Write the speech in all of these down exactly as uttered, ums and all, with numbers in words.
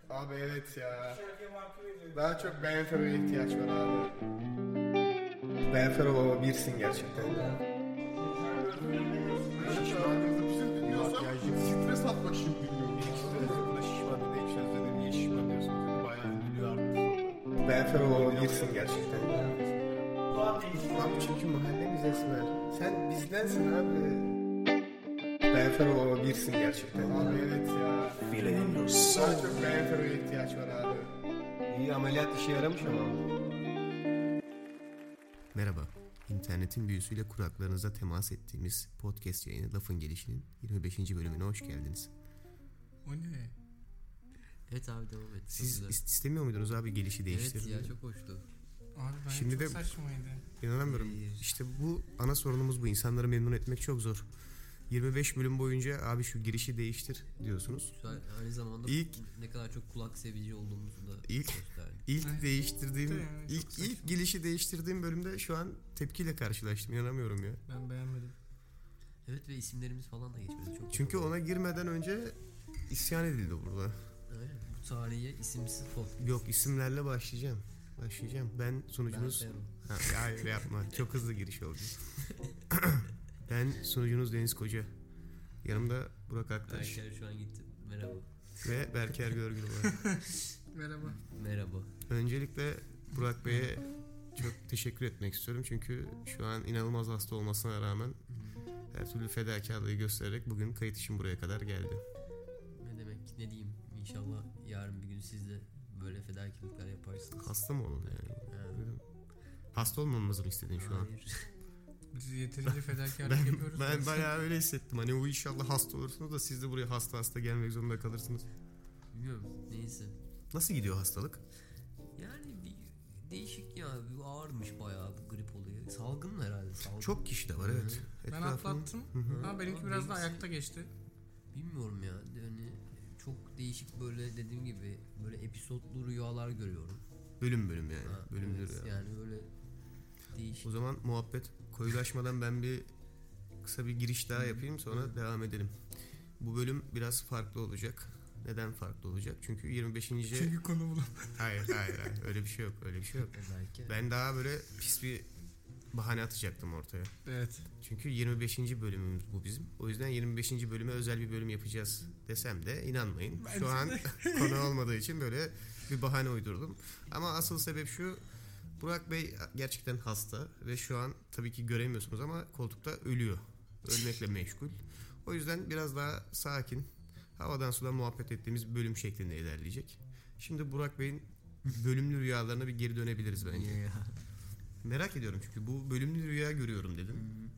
Abi evet ya. Daha çok Benfero'ya ihtiyaç var abi. Benfero baba birsin gerçekten. Şişmanlığınızı bir şey dinliyorsam stres atmak için dinliyorum. Bir kişi söyledi, bu da şişman dedi. İlk söz dedi, niye şişman diyorsunuz dedi. Bayağı ünlü artık sonra. Benfero baba birsin gerçekten. Abi çünkü mahallemiz esmer. Sen bizdensin abi. Benfero baba birsin gerçekten. Abi evet ya. Daha çok Benfero'ya ihtiyaç var abi. İyi ameliyat işe yaramış ama. Merhaba, internetin büyüsüyle kulaklarınıza temas ettiğimiz podcast yayını Lafın Gelişi'nin yirmi beşinci bölümüne hoş geldiniz. O ne? Evet abi devam et. Siz ist- istemiyor muydunuz abi gelişi değiştirmeyi? Evet ya çok hoştu. Abi ben Şimdi çok de- saçmaydı. İnanamıyorum. Hayır. İşte bu ana sorunumuz bu. İnsanları memnun etmek çok zor. yirmi beş bölüm boyunca abi şu girişi değiştir diyorsunuz. Şu an aynı zamanda İlk- ne kadar çok kulak sevici olduğumuzu da İlk- gösterdi. İlk Evet. değiştirdiğim, Evet, yani çok ilk saçma. ilk girişi değiştirdiğim bölümde şu an tepkiyle karşılaştım. İnanamıyorum ya. Ben beğenmedim. Evet ve isimlerimiz falan da geçmedi. Çok Çünkü yakın. ona girmeden önce isyan edildi burada. Aynen. Bu tarihe isimsiz podcast. Yok, isimlerle başlayacağım. Başlayacağım. Ben sunucunuz... Ben Ha, hayır yapma. Çok hızlı giriş oldu. Ben sunucunuz Deniz Koca. Yanımda Burak Aktaş Berker şu an gitti. Merhaba. ve Berker Görgül var. Merhaba. Merhaba. Öncelikle Burak Bey'e çok teşekkür etmek istiyorum. Çünkü şu an inanılmaz hasta olmasına rağmen her türlü fedakarlığı göstererek bugün kayıt için buraya kadar geldi. Ne demek ne diyeyim. İnşallah yarın bir gün siz de böyle fedakarlıklar yaparsınız. Hasta mı olun yani? Ha. Hasta olmamızı mı istedin şu an? Hayır. Biz yeterince fedakarlık Ben, yapıyoruz. ben bayağı öyle hissettim. Hani o inşallah hasta olursunuz da siz de buraya hasta hasta gelmek zorunda kalırsınız. Bilmiyorum. Neyse. Nasıl gidiyor hastalık? Yani bir değişik ya. Bir ağırmış bayağı bu grip olayı. Salgın herhalde. Salgın. Çok kişi de var, evet. Ben Etrafın- atlattım. hı. Ama benimki Ama biraz da benimkisi- ayakta geçti. Bilmiyorum ya. Yani çok değişik böyle dediğim gibi böyle episodlu rüyalar görüyorum. Bölüm bölüm yani. Ha, Bölümdür evet, yani. yani böyle değişik. O zaman muhabbet koyulaşmadan ben bir kısa bir giriş daha yapayım, sonra devam edelim. Bu bölüm biraz farklı olacak. Neden farklı olacak? Çünkü yirmi beşinci Çünkü konu bulan. Hayır hayır hayır öyle bir şey yok, öyle bir şey yok. Belki. Ben daha böyle pis bir bahane atacaktım ortaya. Evet. Çünkü yirmi beşinci bölümümüz bu bizim. O yüzden yirmi beşinci bölüme özel bir bölüm yapacağız desem de inanmayın. Bence Şu an de. konu olmadığı için böyle bir bahane uydurdum. Ama asıl sebep şu: Burak Bey gerçekten hasta ve şu an tabii ki göremiyorsunuz ama koltukta ölüyor. Ölmekle meşgul. O yüzden biraz daha sakin, havadan sudan muhabbet ettiğimiz bölüm şeklinde ilerleyecek. Şimdi Burak Bey'in bölümlü rüyalarına bir geri dönebiliriz bence. Niye ya? Merak ediyorum çünkü bu bölümlü rüya görüyorum dedim.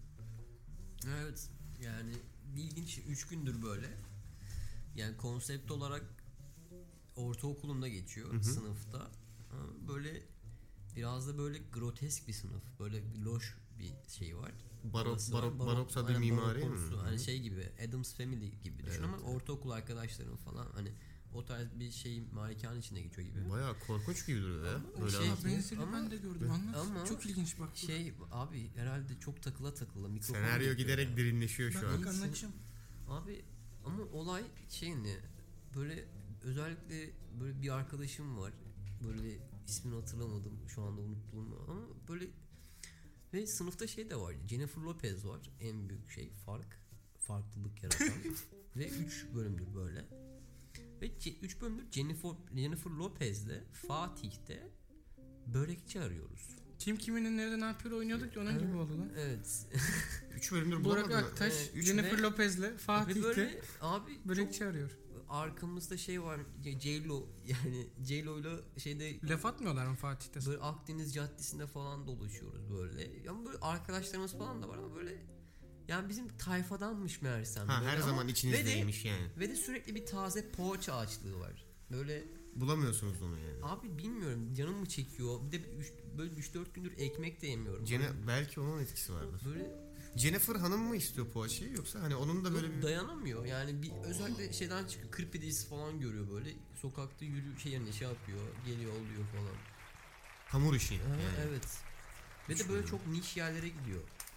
Evet. Yani ilginç üç gündür böyle. Yani konsept olarak ortaokulunda geçiyor, Hı hı. sınıfta. Ama böyle biraz da böyle grotesk bir sınıf. Böyle loş bir şey var. Barok, Havası var. barok, baroksa bir aynen, mimari barok mi? konusu. Hani şey gibi Addams Family gibi düşün Evet, ama evet. ortaokul arkadaşlarım falan hani o tarz bir şey malikanın içine geçiyor gibi. Bayağı korkunç gibi duruyor ya. Ama Böyle şey- anlat- Benzeri Ama- ben de gördüm. Anlat. Ama- Çok ilginç bak. Şey abi herhalde çok takıla takıla mikrofon Senaryo yapıyor giderek ya. derinleşiyor şu Bak an. bak anlatacağım. Abi ama olay şey ne? Böyle özellikle böyle bir arkadaşım var. Böyle ismini hatırlamadım şu anda unuttum ama böyle ve sınıfta şey de var. Jennifer Lopez var. En büyük şey fark. Farklılık yaratan. Ve üç bölümdür böyle. Ve üç bölümdür Jennifer, Jennifer Lopez'le Fatih'te börekçi arıyoruz. Kim kiminin nerede ne yapıyor oynuyorduk ya onun gibi oldu lan. Evet. üç bölümdür Burak bulamadın mı? Aktaş, Evet, üç Jennifer ve- Lopez'le Ve Fatih'te böyle abi börekçi arıyor. arkamızda şey var J-Lo yani J-Lo'yla şeyde Laf atmıyorlar mı Fatih'te? böyle Akdeniz Caddesi'nde falan dolaşıyoruz böyle. Ama böyle arkadaşlarımız falan da var ama böyle yani bizim tayfadanmış meğersem. Ha, böyle her ama- zaman ve de, içinizdeymiş yani. ve de sürekli bir taze poğaça açlığı var. Böyle Bulamıyorsunuz onu yani. abi bilmiyorum canım mı çekiyor. Bir de üç, böyle üç dört gündür ekmek de yemiyorum. Cene, Böyle- belki onun etkisi vardır. böyle Jennifer Hanım mı istiyor poğaçayı, yoksa hani onun da böyle bir... dayanamıyor. Yani bir özellikle şeyden çıkıyor. Kırpidesi falan görüyor böyle. Sokakta yürü şey yerine şey yapıyor. Geliyor oluyor falan. Hamur işi Ha, yani. evet. Ve de böyle çok niş yerlere gidiyor.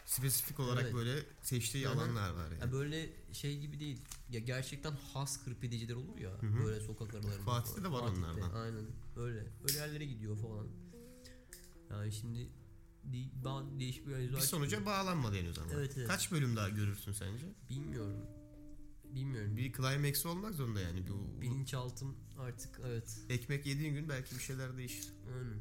spesifik olarak Evet. böyle seçtiği Hı hı. alanlar var yani. Ya böyle şey gibi değil. Ya gerçekten has kırpideciler olur ya. Hı hı. Böyle sokak aralarında. Fatih'te de var Fatih'te, onlardan. Aynen. Öyle. Öyle yerlere gidiyor falan. Yani şimdi de- ben değişik bir Bir organizasyon. sonuca bağlanmadı henüz ama. Evet, evet. Kaç bölüm daha görürsün sence? Bilmiyorum. Bilmiyorum. Bir climax olmak zorunda yani. Bu, bu Bilinçaltım artık evet. ekmek yediğin gün belki bir şeyler değişir. Aynen.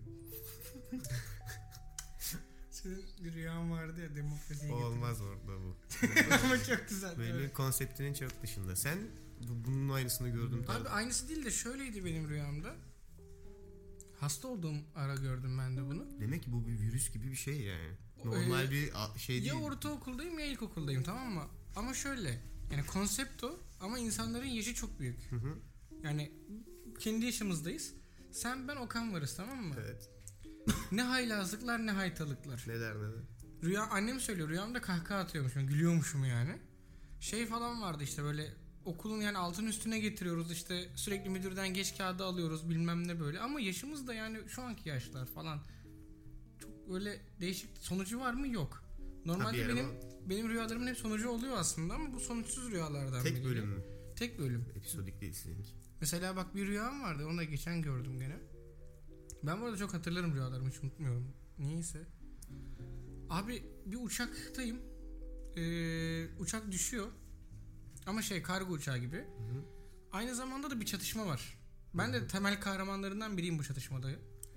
Senin bir rüyan vardı ya demokrasiyi O getirmek. olmaz orada bu. Ama çok güzel. Benim Evet. konseptinin çok dışında. Sen bu- bunun aynısını gördüm. Abi tarzı. aynısı değil de şöyleydi benim rüyamda. Hasta olduğum ara gördüm ben de bunu. Demek ki bu bir virüs gibi bir şey yani. Normal Ee, bir a- şey değil. Ya ortaokuldayım ya ilkokuldayım, tamam mı? Ama şöyle, yani konsept o ama insanların yaşı çok büyük. Hı hı. Yani kendi yaşımızdayız. Sen ben Okan varız, tamam mı? Evet. Ne haylazlıklar ne haytalıklar. Neler neler. Rüya annem söylüyor, rüyamda kahkaha atıyormuşum, gülüyormuşum yani. Şey falan vardı işte, böyle okulun yani altın üstüne getiriyoruz işte, sürekli müdürden geç kağıdı alıyoruz bilmem ne böyle. Ama yaşımız da yani şu anki yaşlar falan. Çok böyle değişik, sonucu var mı? Yok. Ha, bir Normalde yere benim bak. benim rüyalarımın hep sonucu oluyor aslında ama bu sonuçsuz rüyalardan Tek biri. bölüm mü? Tek bölüm. Episodik değil seninki. Mesela bak bir rüyam vardı, onu da geçen gördüm gene. Ben bu arada çok hatırlarım rüyalarımı, hiç unutmuyorum. Niyeyse. Abi bir uçaktayım. Ee, uçak düşüyor. Ama şey, kargo uçağı gibi. Hı hı. Aynı zamanda da bir çatışma var. Ben de temel kahramanlarından biriyim bu çatışmada.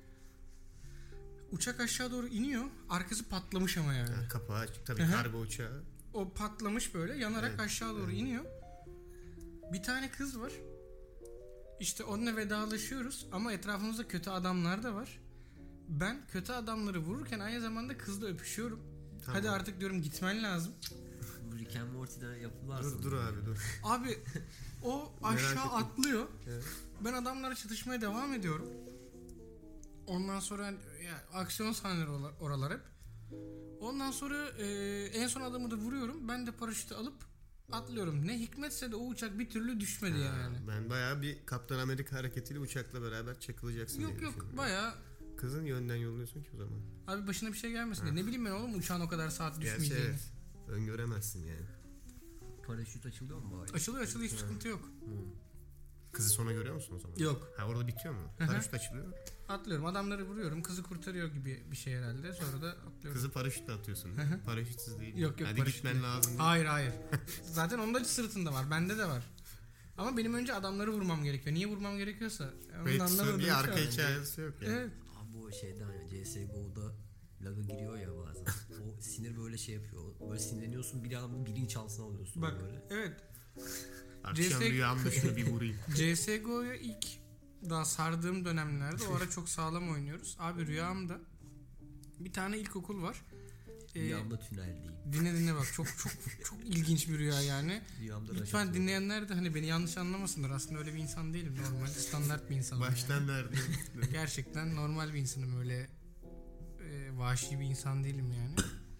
Uçak aşağı doğru iniyor. Arkası patlamış ama yani. Ha, kapağı açık. Tabii Hı hı. kargo uçağı. O patlamış böyle yanarak Evet, aşağı doğru evet. iniyor. Bir tane kız var. İşte onunla vedalaşıyoruz ama etrafımızda kötü adamlar da var. Ben kötü adamları vururken aynı zamanda kızla öpüşüyorum. Tamam. Hadi artık diyorum, gitmen lazım. Bu Rick and Morty'den yapılar. Dur dur abi dur. Abi o Merak aşağı ettim. atlıyor. Evet. Ben adamlarla çatışmaya devam ediyorum. Ondan sonra ya, aksiyon sahneleri ola- oralar hep. Ondan sonra e, en son adamı da vuruyorum. Ben de paraşütü alıp atlıyorum. Ne hikmetse de o uçak bir türlü düşmedi yani. Ben bayağı bir Kaptan Amerika hareketiyle uçakla beraber çakılacaksın. Yok diye yok düşünüyorum. baya Kızın yönden yolluyorsun ki o zaman. abi başına bir şey gelmesin diye. Ne bileyim ben oğlum uçağın o kadar saat Gerçi düşmeyeceğini. evet. Öngöremezsin yani. Paraşüt açılıyor mu bari? Açılıyor açılıyor, hiç sıkıntı yok. Kızı sonra görüyor musun o zaman? Yok. Ha orada bitiyor mu? Hı hı. Paraşüt açılıyor. Atlıyorum, adamları vuruyorum, kızı kurtarıyor gibi bir şey herhalde. Sonra da atlıyorum. Kızı paraşütle atıyorsun. Hı hı. Paraşütsüz değil. Yok, yok, Hadi paraşütle. gitmen lazım. değil. Hayır hayır. Zaten onda sırtında var. Bende de var. Ama benim önce adamları vurmam gerekiyor. Niye vurmam gerekiyorsa. Onu Belki anlamadım bir şu arka an. hikayesi yok yani. Evet. Abi bu şeyden ya C S G O'da laga giriyor ya bazen. O sinir böyle şey yapıyor. Böyle sinirleniyorsun, bir an bilinçaltına alıyorsun Bak böyle. evet. Akşam C S rüyamda şunu bir vurayım. C S G O'ya ilk daha sardığım dönemlerde o ara çok sağlam oynuyoruz. Abi rüyamda bir tane ilkokul var. Ee, Rüyamda tüneldeyim. dinle dinle bak, çok çok çok ilginç bir rüya yani. Rüyamda Lütfen raşat dinleyenler de hani beni yanlış anlamasınlar. Aslında öyle bir insan değilim. Normal standart bir insanım. yani. Baştan neredeyim? Gerçekten normal bir insanım, öyle e, vahşi bir insan değilim yani.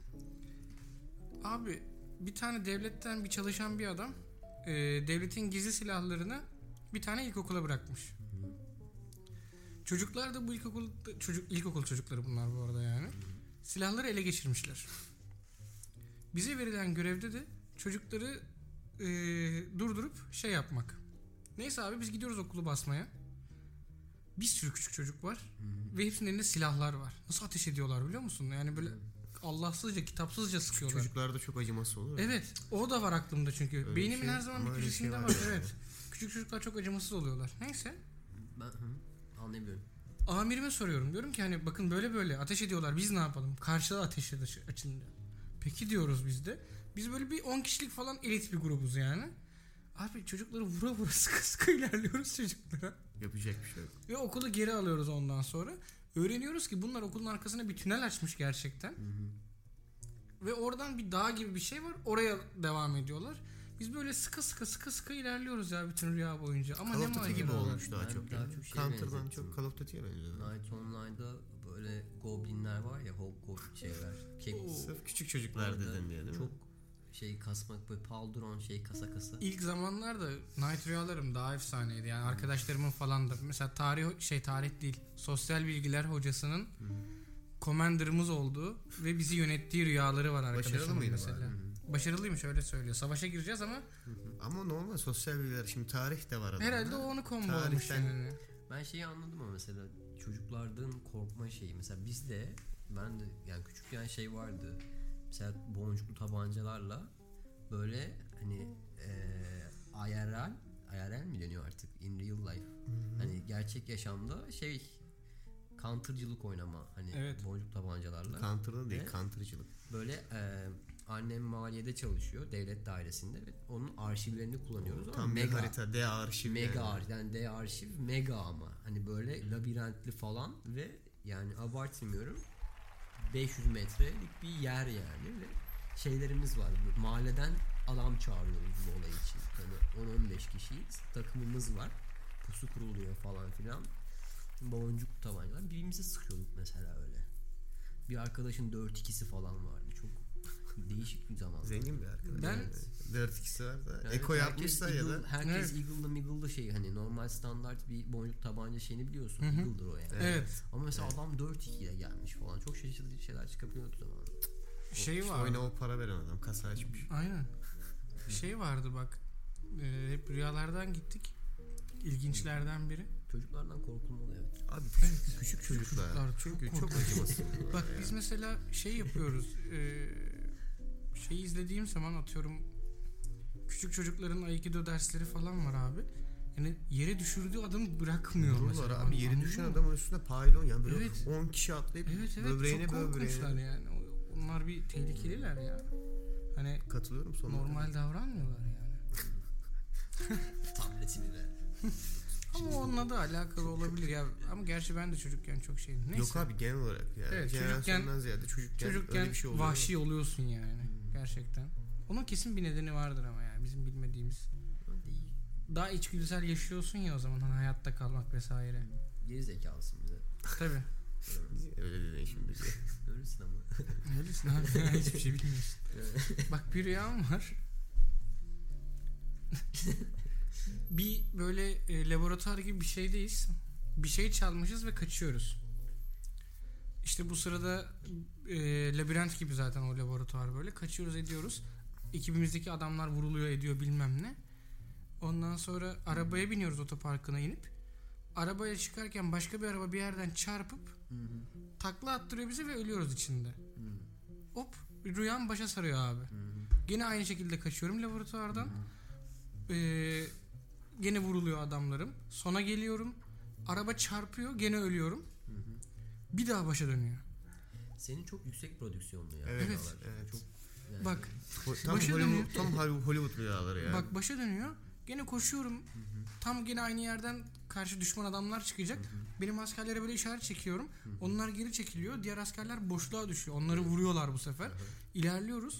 Abi bir tane devletten bir çalışan bir adam e, devletin gizli silahlarını bir tane ilkokula bırakmış. Çocuklar da bu ilkokul çocuk ilkokul çocukları bunlar bu arada yani. Silahları ele geçirmişler. Bize verilen görevde de çocukları e, durdurup şey yapmak. Neyse abi biz gidiyoruz okulu basmaya. Bir sürü küçük çocuk var ve hepsinin elinde silahlar var. Nasıl ateş ediyorlar biliyor musun? Yani böyle Allahsızca, kitapsızca sıkıyorlar. Çocuklarda çok acıması olur. Evet, o da var aklımda çünkü. Öyle Beynimin şey- her zaman ama bir öyle köşesinde şey var. var yani. Evet. Küçük çocuklar çok acımasız oluyorlar. Neyse. Ben hı, anlayabiliyorum. Amirime soruyorum. Diyorum ki hani bakın böyle böyle ateş ediyorlar. Biz ne yapalım? Karşıda ateş ed- açın diyor. Peki diyoruz biz de. Biz böyle bir on kişilik falan elit bir grubuz yani. Abi çocukları vura vura sıkı sıkı ilerliyoruz çocuklara. Yapacak bir şey yok. Ve okulu geri alıyoruz ondan sonra. Öğreniyoruz ki bunlar okulun arkasına bir tünel açmış gerçekten. Ve oradan bir dağ gibi bir şey var. Oraya devam ediyorlar. Biz böyle sıkı sıkı sıkı sıkı ilerliyoruz ya bütün rüya boyunca. Ama Call ne of Duty gibi maceralar. olmuş daha Ben çok. daha yani. çok şeye Counter'dan benzettim. çok Call of Duty'ye benziyor. Night Online'da böyle goblinler var ya, hobgoblin şeyler. Kek, Sırf küçük çocuklar Orada dedin diye değil mi? çok şey kasmak, böyle paldron şey kasa kasa. İlk zamanlarda Night rüyalarım daha efsaneydi. Yani arkadaşlarımın falan da. Mesela tarih şey tarih değil. Sosyal bilgiler hocasının commander'ımız olduğu ve bizi yönettiği rüyaları var Başarılı arkadaşımın mıydı mesela. bari? Başarılıymış, öyle söylüyor. Savaşa gireceğiz ama Ama normal sosyal bilgiler, şimdi tarih de var adamda. herhalde o onu kombolamış Tarihten- yani. Ben şeyi anladım ama mesela çocuklardan korkma şeyi. Mesela bizde, ben de yani küçükken şey vardı. Mesela boncuklu tabancalarla böyle hani eee I R L I R L mi deniyor artık, in real life. Hı-hı. Hani gerçek yaşamda şey, counter'cılık oynama hani Evet. boncuk tabancalarla. Counter'da değil, Evet. counter'cılık. Böyle eee annem maliyede çalışıyor, devlet dairesinde ve onun arşivlerini kullanıyoruz ama Tam bir mega harita, D arşiv mega yani. arşiv, yani D arşiv mega ama hani böyle labirentli falan ve yani abartmıyorum, beş yüz metrelik bir yer yani ve şeylerimiz var. Mahalleden adam çağırıyoruz bu olay için. Hani on on beş kişiyiz. Takımımız var. Pusu kuruluyor falan filan. Boncuk tabancalar. Birbirimize sıkıyorduk mesela öyle. Bir arkadaşın dört ikisi falan vardı. Çok değişik bir zaman. Zengin bir arkadaş. Ben- Yani. dört ikisi var da. Yani Eko herkes yapmışsa ya da. Eagle- herkes Evet. Eagle'lı Miggle'lı şey, hani normal standart bir boncuk tabanca şeyini biliyorsun. Hı hı. Eagle'dır o yani. Evet. Ama mesela Evet. adam dört iki ile gelmiş falan. Çok şaşırtıcı şeyler çıkabiliyordu o zaman. Şey İşte var. oyuna o para veren adam kasa açmış. Aynen. Şey vardı bak. e, hep rüyalardan gittik. İlginçlerden biri. Çocuklardan korkulmalı, evet. Abi küçük, küçük çocuklar. Çocuklar çok Çünkü çok korkunç. acımasız. Bak biz mesela şey yapıyoruz. E, şeyi izlediğim zaman atıyorum küçük çocukların Aikido dersleri falan var abi. Yani yere düşürdüğü adamı bırakmıyor Dururlar mesela. abi, yeri Anladın düşen mı? adamın üstüne paylon yani böyle Evet. on kişi atlayıp Evet evet böbreğine çok korkunçlar böbreğine. yani. O- Onlar bir tehlikeliler ya. Hani Katılıyorum sonuna. normal davranmıyorlar yani. Tabletini de. Ama onunla da alakalı olabilir ya. Ama gerçi ben de çocukken çok şeydim. Neyse. Yok abi, genel olarak yani. Evet, Jenerasyondan çocukken- ziyade çocukken, Çocukken öyle bir şey oluyor. vahşi oluyorsun yani. Gerçekten. Onun kesin bir nedeni vardır ama yani bizim bilmediğimiz. Ama değil. Daha içgüdüsel yaşıyorsun ya o zaman, hani hayatta kalmak vesaire. Geri zekalısın bize. Tabii. Öyle dedin şimdi bize. Öylesin ama. Öylesin abi ya, hiçbir şey bilmiyorsun. Bak bir rüyam var. Bir böyle e, laboratuvar gibi bir şeydeyiz. Bir şey çalmışız ve kaçıyoruz. İşte bu sırada e, labirent gibi zaten o laboratuvar böyle. Kaçıyoruz ediyoruz. Ekibimizdeki adamlar vuruluyor ediyor bilmem ne. Ondan sonra arabaya biniyoruz otoparkına inip. Arabaya çıkarken başka bir araba bir yerden çarpıp takla attırıyor bizi ve ölüyoruz içinde. Hop, rüyam başa sarıyor abi. Gene aynı şekilde kaçıyorum laboratuvardan. Ee, gene vuruluyor adamlarım. Sona geliyorum. Araba çarpıyor, gene ölüyorum. Bir daha başa dönüyor. Senin çok yüksek prodüksiyonlu ya. Evet, rüyalar. evet. Çok yani. Bak, Ho- Tam Başa dönüyor. Hollywood, tam Hollywood Hollywood rüyaları ya. bak başa dönüyor. Gene koşuyorum. Tam gene aynı yerden karşı düşman adamlar çıkacak. Benim askerlere böyle işaret çekiyorum. Onlar geri çekiliyor. Diğer askerler boşluğa düşüyor. Onları vuruyorlar bu sefer. İlerliyoruz.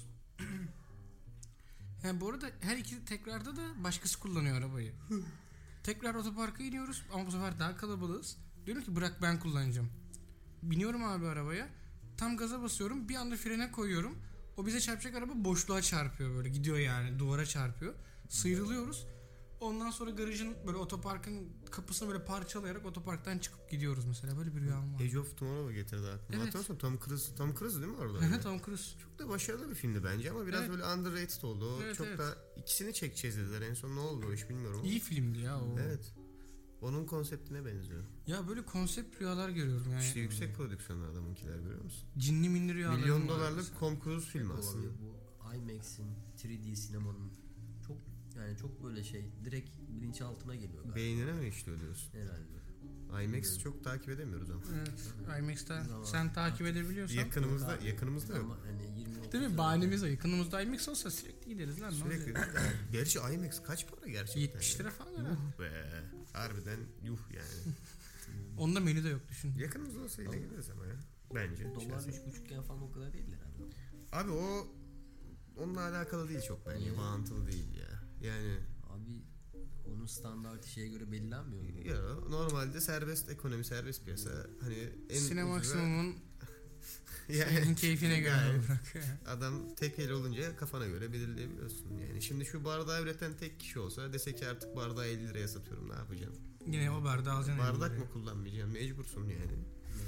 Yani bu arada her iki tekrarda da başkası kullanıyor arabayı. Tekrar otoparka iniyoruz ama bu sefer daha kalabalığız. Diyorum ki bırak ben kullanacağım. Biniyorum abi arabaya. Tam gaza basıyorum. Bir anda frene koyuyorum. O bize çarpacak araba boşluğa çarpıyor böyle. Gidiyor yani, duvara çarpıyor. Sıyrılıyoruz. Ondan sonra garajın böyle otoparkın kapısını böyle parçalayarak otoparktan çıkıp gidiyoruz mesela. Böyle bir rüyam var. Age of Tomorrow getirdi aklıma. Evet. Hatırlıyorsun Tom Cruise, Tom Cruise değil mi orada? Evet, Tom Cruise. Çok da başarılı bir filmdi bence ama biraz Evet. böyle underrated oldu. O Evet, çok evet. da ikisini çekeceğiz dediler. En son ne oldu o iş bilmiyorum. ama. İyi filmdi ya o. Evet. Onun konseptine benziyor. Ya böyle konsept rüyalar görüyorum yani. İşte yüksek prodüksiyonlu adamınkiler, görüyor musun? Cinli minli rüyalar. Milyon dolarlık Tom Cruise filmi Olabilir. aslında. Bu IMAX'in üç D sinemanın çok yani çok böyle şey direkt bilinçaltına geliyor galiba. Beynine mi işliyor diyorsun? Herhalde. IMAX çok takip edemiyoruz ama. Evet. IMAX'ten Zaman- sen takip edebiliyorsan. Yakınımızda, Yok abi. yakınımızda yok. Ama hani yirmi otuz Değil mi? sene- Bahanemiz o. Yakınımızda IMAX olsa sürekli gideriz lan. Ne Sürekli. olacak? Gerçi IMAX kaç para gerçekten? yetmiş lira ya? falan herhalde. Yuh be. Harbiden yuh yani. Onda menü de yok düşün. Yakınımızda olsa yine gideriz ama ya. Bence. Dolar şahsen. üç buçukken falan o kadar değil herhalde. Abi o onunla alakalı değil çok bence. Niye? Bağıntılı değil ya. Yani Abi onun standartı şeye göre belirlenmiyor mu? ya normalde serbest ekonomi, serbest piyasa hani en Sine ucuza- maksimum'un yani senin keyfine göre gayet bırak. adam tek el olunca kafana göre belirleyebiliyorsun. Yani şimdi şu bardağı üreten tek kişi olsa dese ki artık bardağı elli liraya satıyorum, ne yapacağım? Yine o bardağı alacaksın. Bardak elli mı kullanmayacağım? Mecbursun yani.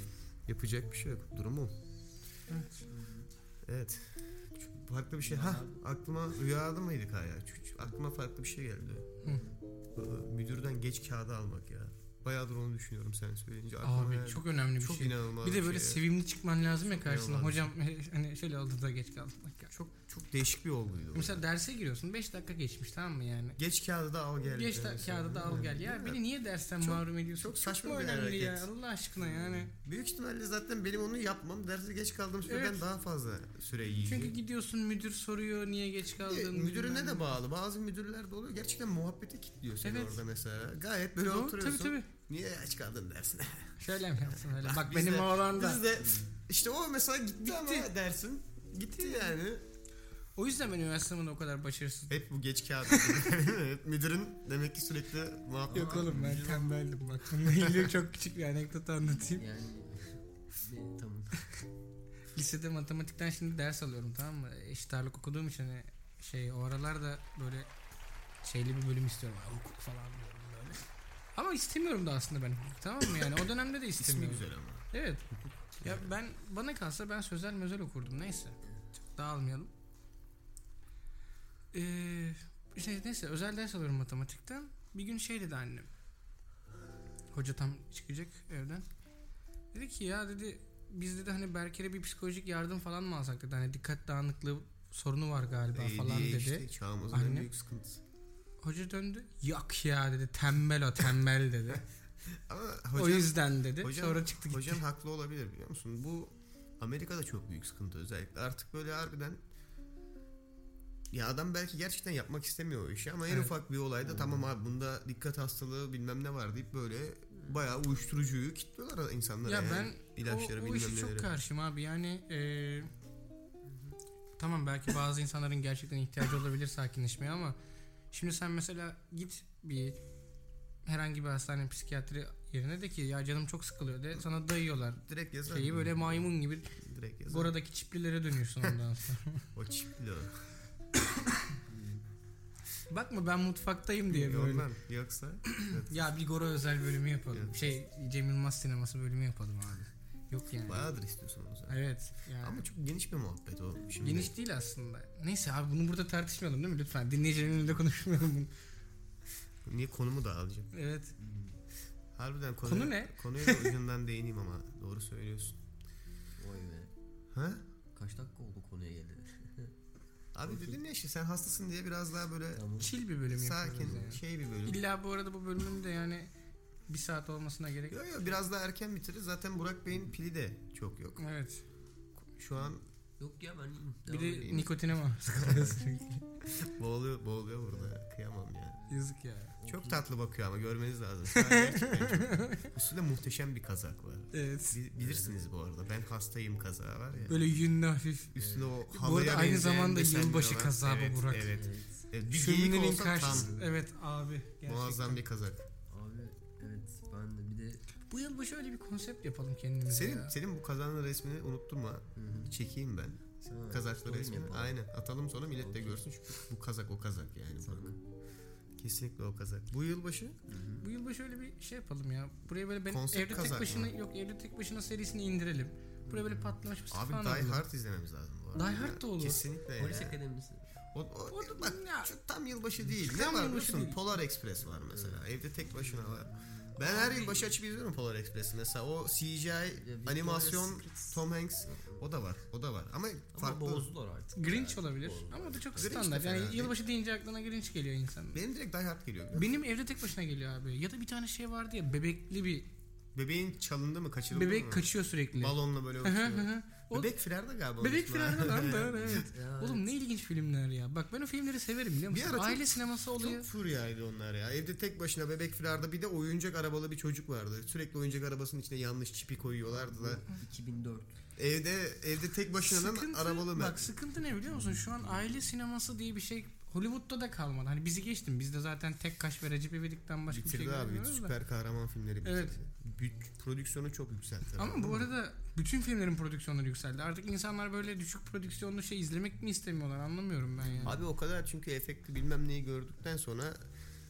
Yapacak bir şey yok. Durumu. Evet. Evet. Çok farklı bir şey. Ha, aklıma rüyada mıydık hala? Aklıma farklı bir şey geldi. Hı. Ee, Müdürden geç kağıdı almak ya. Bayağıdır onu düşünüyorum sen söyleyince. Aklıma Abi geldi. çok önemli bir Çok şey. inanılmaz Bir de böyle şey ya. sevimli çıkman lazım ya Çok karşısına. inanılmaz. Hocam hani şöyle oldu da geç kaldım. Bak ya. Çok çok değişik bir olguydu. o. Mesela derse giriyorsun beş dakika geçmiş, tamam mı yani? Geç kağıdı da al gel. Geç yani da, mesela. kağıdı da al gel. Ya Evet. beni niye dersten Çok- mahrum ediyorsun? çok saçma mu bir önemli hareket. ya Allah aşkına yani. Büyük ihtimalle zaten benim onu yapmam derse geç kaldığım süreden Evet. daha fazla süre yiyecek. Çünkü gidiyorsun müdür soruyor niye geç Bir kaldın. de müdürüne bilmem de ne. bağlı. Bazı müdürler de oluyor. Gerçekten muhabbete kilitliyor seni Evet. orada mesela. Gayet böyle Doğru, oturuyorsun. tabii tabii. Niye geç kaldın dersine? Şöyle mi yapsın öyle? Bak Biz benim de- oğlan da. Biz de işte o mesela gitti, ama dersin. Gitti yani. O yüzden ben üniversite sınavında o kadar başarısız. Hep bu geç kağıdı. Hep müdürün demek ki sürekli muhabbet. Yok oğlum ben tembeldim bak. Bununla ilgili çok küçük bir anekdot anlatayım. Yani ne, tamam. Lisede matematikten şimdi ders alıyorum, tamam mı? Eşit ağırlık okuduğum için hani şey o aralar da böyle şeyli bir bölüm istiyorum. Yani hukuk falan diyorum böyle. Ama istemiyorum da aslında ben hukuk, tamam mı yani? O dönemde de İsmi istemiyorum. güzel ama. Evet. Ya ben bana kalsa ben sözel mözel okurdum. Neyse. Çok dağılmayalım. Ee, işte neyse özel ders alıyorum matematikten. Bir gün şey dedi annem. Hoca tam çıkacak evden. Dedi ki ya dedi biz dedi hani Berker'e bir psikolojik yardım falan mı alsak dedi. Hani dikkat dağınıklığı sorunu var galiba A D falan dedi. işte çağımızın en Anne. büyük sıkıntısı. Hoca döndü. Yok ya dedi, tembel o tembel dedi. Ama O hocam, yüzden dedi. hocam, Sonra çıktı gitti. hocam haklı olabilir biliyor musun? Bu Amerika'da çok büyük sıkıntı özellikle. Artık böyle harbiden ya adam belki gerçekten yapmak istemiyor o işi ama en Evet. ufak bir olayda tamam abi bunda dikkat hastalığı bilmem ne var deyip böyle bayağı uyuşturucuyu kilitliyorlar insanlara. Ya yani. ben İlaçları o, o bilmem işe çok neleri. karşıyım abi yani eee, tamam belki bazı insanların gerçekten ihtiyacı olabilir sakinleşmeye ama şimdi sen mesela git bir herhangi bir hastane psikiyatri yerine de ki ya canım çok sıkılıyor de sana dayıyorlar Direkt yazar. şeyi böyle maymun gibi Direkt yazar. buradaki çiplilere dönüyorsun ondan sonra. O çipli o. Bakma ben mutfaktayım diye böyle. Ondan yoksa evet. Ya bir Gora özel bölümü yapalım. Evet. Şey Cem Yılmaz sineması bölümü yapalım abi. Yok yani. Bayağıdır istiyorsun onu zaten. Evet. Yani. Ama çok geniş bir muhabbet o. Şimdi Geniş değil aslında. Neyse abi bunu burada tartışmayalım değil mi lütfen? Dinleyicilerin önünde konuşmayalım bunu. niye konumu da alacağım? Evet. Harbiden konu, Konu ne? Konuya da ucundan değineyim ama doğru söylüyorsun. Vay be. Ha? Kaç dakika oldu konuya geldi? Abi dedin ya işte sen hastasın diye biraz daha böyle Tamam. Chill bir bölüm sakin yapıyoruz yani. şey bir bölüm. İlla bu arada bu bölümün de yani bir saat olmasına gerek yok. Yok yok biraz daha erken bitirir. Zaten Burak Bey'in pili de çok yok. Evet. Şu an Yok ya ben iyiyim. Bir Devam de edeyim. nikotine maruz kalıyor sürekli. boğuluyor, boğuluyor burada. Kıyamam ya. Yazık ya. Çok tatlı bakıyor ama görmeniz lazım. Şu an gerçekten çok. Üstünde muhteşem bir kazak var. Evet. Bi- Bilirsiniz bu arada. Ben hastayım kazağı var ya. Böyle yünlü hafif. Üstüne o Bu halıya arada aynı benzeyen zamanda desenli yılbaşı olan- kazağı bu evet, Burak. Evet. Evet. evet. Bir geyik Şöminenin olsa karşısı. tam Evet abi. Gerçekten. muazzam bir kazak. Abi evet ben de bir de Bu yılbaşı öyle bir konsept yapalım kendimize Senin ya. senin bu kazanın resmini unutturma. Hı hı. Çekeyim ben. Sana Kazaklı story mi resmini. yapalım? Aynen. Atalım sonra millet de Okey. görsün çünkü bu kazak o kazak yani. Tamam. Bak. Kesinlikle o kazak. Bu yılbaşı Bu yılbaşı öyle bir şey yapalım ya. Buraya böyle ben Konsept evde kazak tek başına mı? yok evde tek başına serisini indirelim. Buraya böyle patlamış bir abi falan Die alalım. Hard izlememiz lazım bu arada. Die Hard da olur. Kesinlikle Polis ya. Akademisi. O, o, O da- bak ya. şu tam yılbaşı değil. Tam ne var yılbaşı biliyorsun? değil. Polar Express var mesela. Evde tek başına var. Ben her yılbaşı açıp izliyorum Polar Express'i. Mesela o C G I Victoria's animasyon Secret. Tom Hanks o da var. O da var. Ama Ama farklı. bozdular artık. Grinch Yani olabilir bozdular. ama o da çok Grinch de standart. fena Yani değil. yılbaşı deyince aklına Grinch geliyor insanın. Benim direkt Die Hard geliyor. biliyor Benim evde tek başına geliyor abi. Ya da bir tane şey vardı ya bebekli bir musun? Bebeğin çalındı mı kaçırıldı bebek mı? kaçıyor sürekli. Balonla böyle Hı hı uçuyor. hı hı. O- Bebek firarda galiba. Bebek onun ismi. firarda lan da evet. Ya, Oğlum ne ilginç filmler ya. Bak ben o filmleri severim biliyor Bir musun? ara çok- Aile sineması oluyor. Çok furyaydı onlar ya. Evde tek başına bebek firarda bir de oyuncak arabalı bir çocuk vardı. Sürekli oyuncak arabasının içine yanlış çipi koyuyorlardı da. iki bin dört. Evde evde tek başına Sıkıntı- arabalı mı? Bak sıkıntı ne biliyor musun? Şu an aile sineması diye bir şey Hollywood'da da kalmadı. Hani bizi geçtim. Bizde zaten tek kaş ve Recep İvedik'ten başka bir şey Bitirdi abi. görmüyoruz da. Süper kahraman filmleri bitirdi. Evet. Büt- prodüksiyonu çok yükseltti. Ama bu arada bütün filmlerin prodüksiyonları yükseldi. Artık insanlar böyle düşük prodüksiyonlu şey izlemek mi istemiyorlar anlamıyorum ben yani. Abi o kadar çünkü efekti bilmem neyi gördükten sonra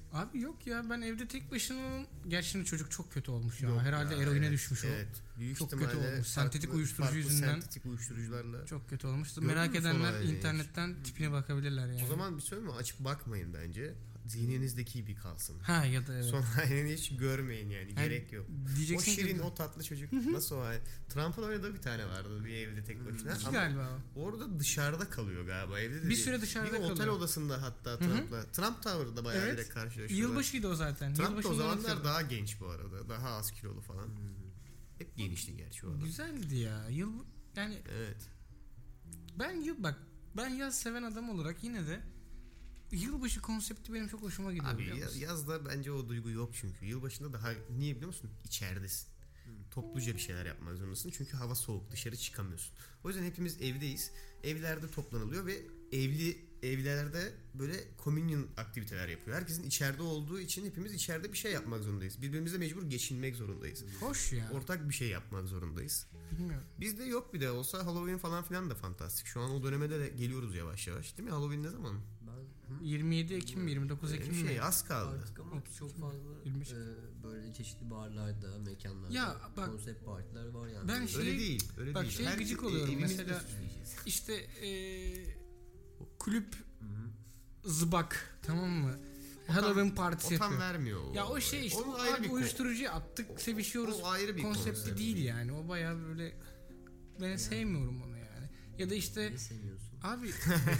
Abi yok ya, ben evde tek başına. Gerçi şimdi çocuk çok kötü olmuş ya. Yok Herhalde ya, eroine evet, düşmüş evet. o. Büyük Çok kötü ihtimalle olmuş. Sentetik farklı- uyuşturucu farklı yüzünden. sentetik uyuşturucularla. Çok kötü olmuştu. Gördün Merak mü son edenler halini? internetten tipine bakabilirler yani. O zaman bir söyleyeyim mi? Açıp bakmayın bence. Zihninizdeki bir kalsın. Ha ya da evet. Son halini hiç görmeyin yani. Yani Gerek yok. O Diyeceksin şirin, ki o tatlı çocuk nasıl o hal? Trump'ın oynadığı bir tane vardı bir evde tek başına. İki Ama galiba. orada dışarıda kalıyor galiba. Evde de Bir değil. süre dışarıda bir otel kalıyor. odasında hatta Trump'la. Trump Tower'da bayağı Evet. direkt karşılaşıyorlar. Yılbaşıydı o zaten. Trump da o Yılbaşında zamanlar hatırladım. daha genç bu arada. Daha az kilolu falan. Hep genişti gerçi o adam. Güzeldi ya. Yıl yani Evet. ben yıl bak ben yaz seven adam olarak yine de yılbaşı konsepti benim çok hoşuma gidiyor. Abi biliyor ya- musun? yazda bence o duygu yok çünkü. Yılbaşında daha niye biliyor musun? İçeridesin. Topluca bir şeyler yapmak zorundasın. Çünkü hava soğuk. Dışarı çıkamıyorsun. O yüzden hepimiz evdeyiz. Evlerde toplanılıyor ve evli evlerde böyle communion aktiviteler yapıyor. Herkesin içeride olduğu için hepimiz içeride bir şey yapmak zorundayız. Birbirimize mecbur geçinmek zorundayız. Hoş ya. Ortak bir şey yapmak zorundayız. Bilmiyorum. Bizde yok bir de olsa Halloween falan filan da fantastik. Şu an o döneme de geliyoruz yavaş yavaş. Değil mi? Halloween ne zaman? Ben hı? yirmi yedi Ekim mi? yirmi dokuz Öyle Ekim bir mi? şey az kaldı. Artık ama otuz çok iki, fazla yirmi beş. e, böyle çeşitli barlarda, mekanlarda Ya bak, konsept partiler var yani. ben şey- Öyle değil. Öyle bak değil. şeye Her gıcık şey- oluyorum. evimizde Mesela- süsleyeceğiz. İşte eee, kulüp zıbak, tamam mı? Halloween partisi O tam yapıyor. vermiyor. o Ya o olayı. şey işte Onun o ayrı abi bir ko- uyuşturucuyu attık, sevişiyoruz. O ayrı bir Konsepti konsept. değil yani. O bayağı böyle ben sevmiyorum onu yani. Ya da işte Ne sevmiyorsun? abi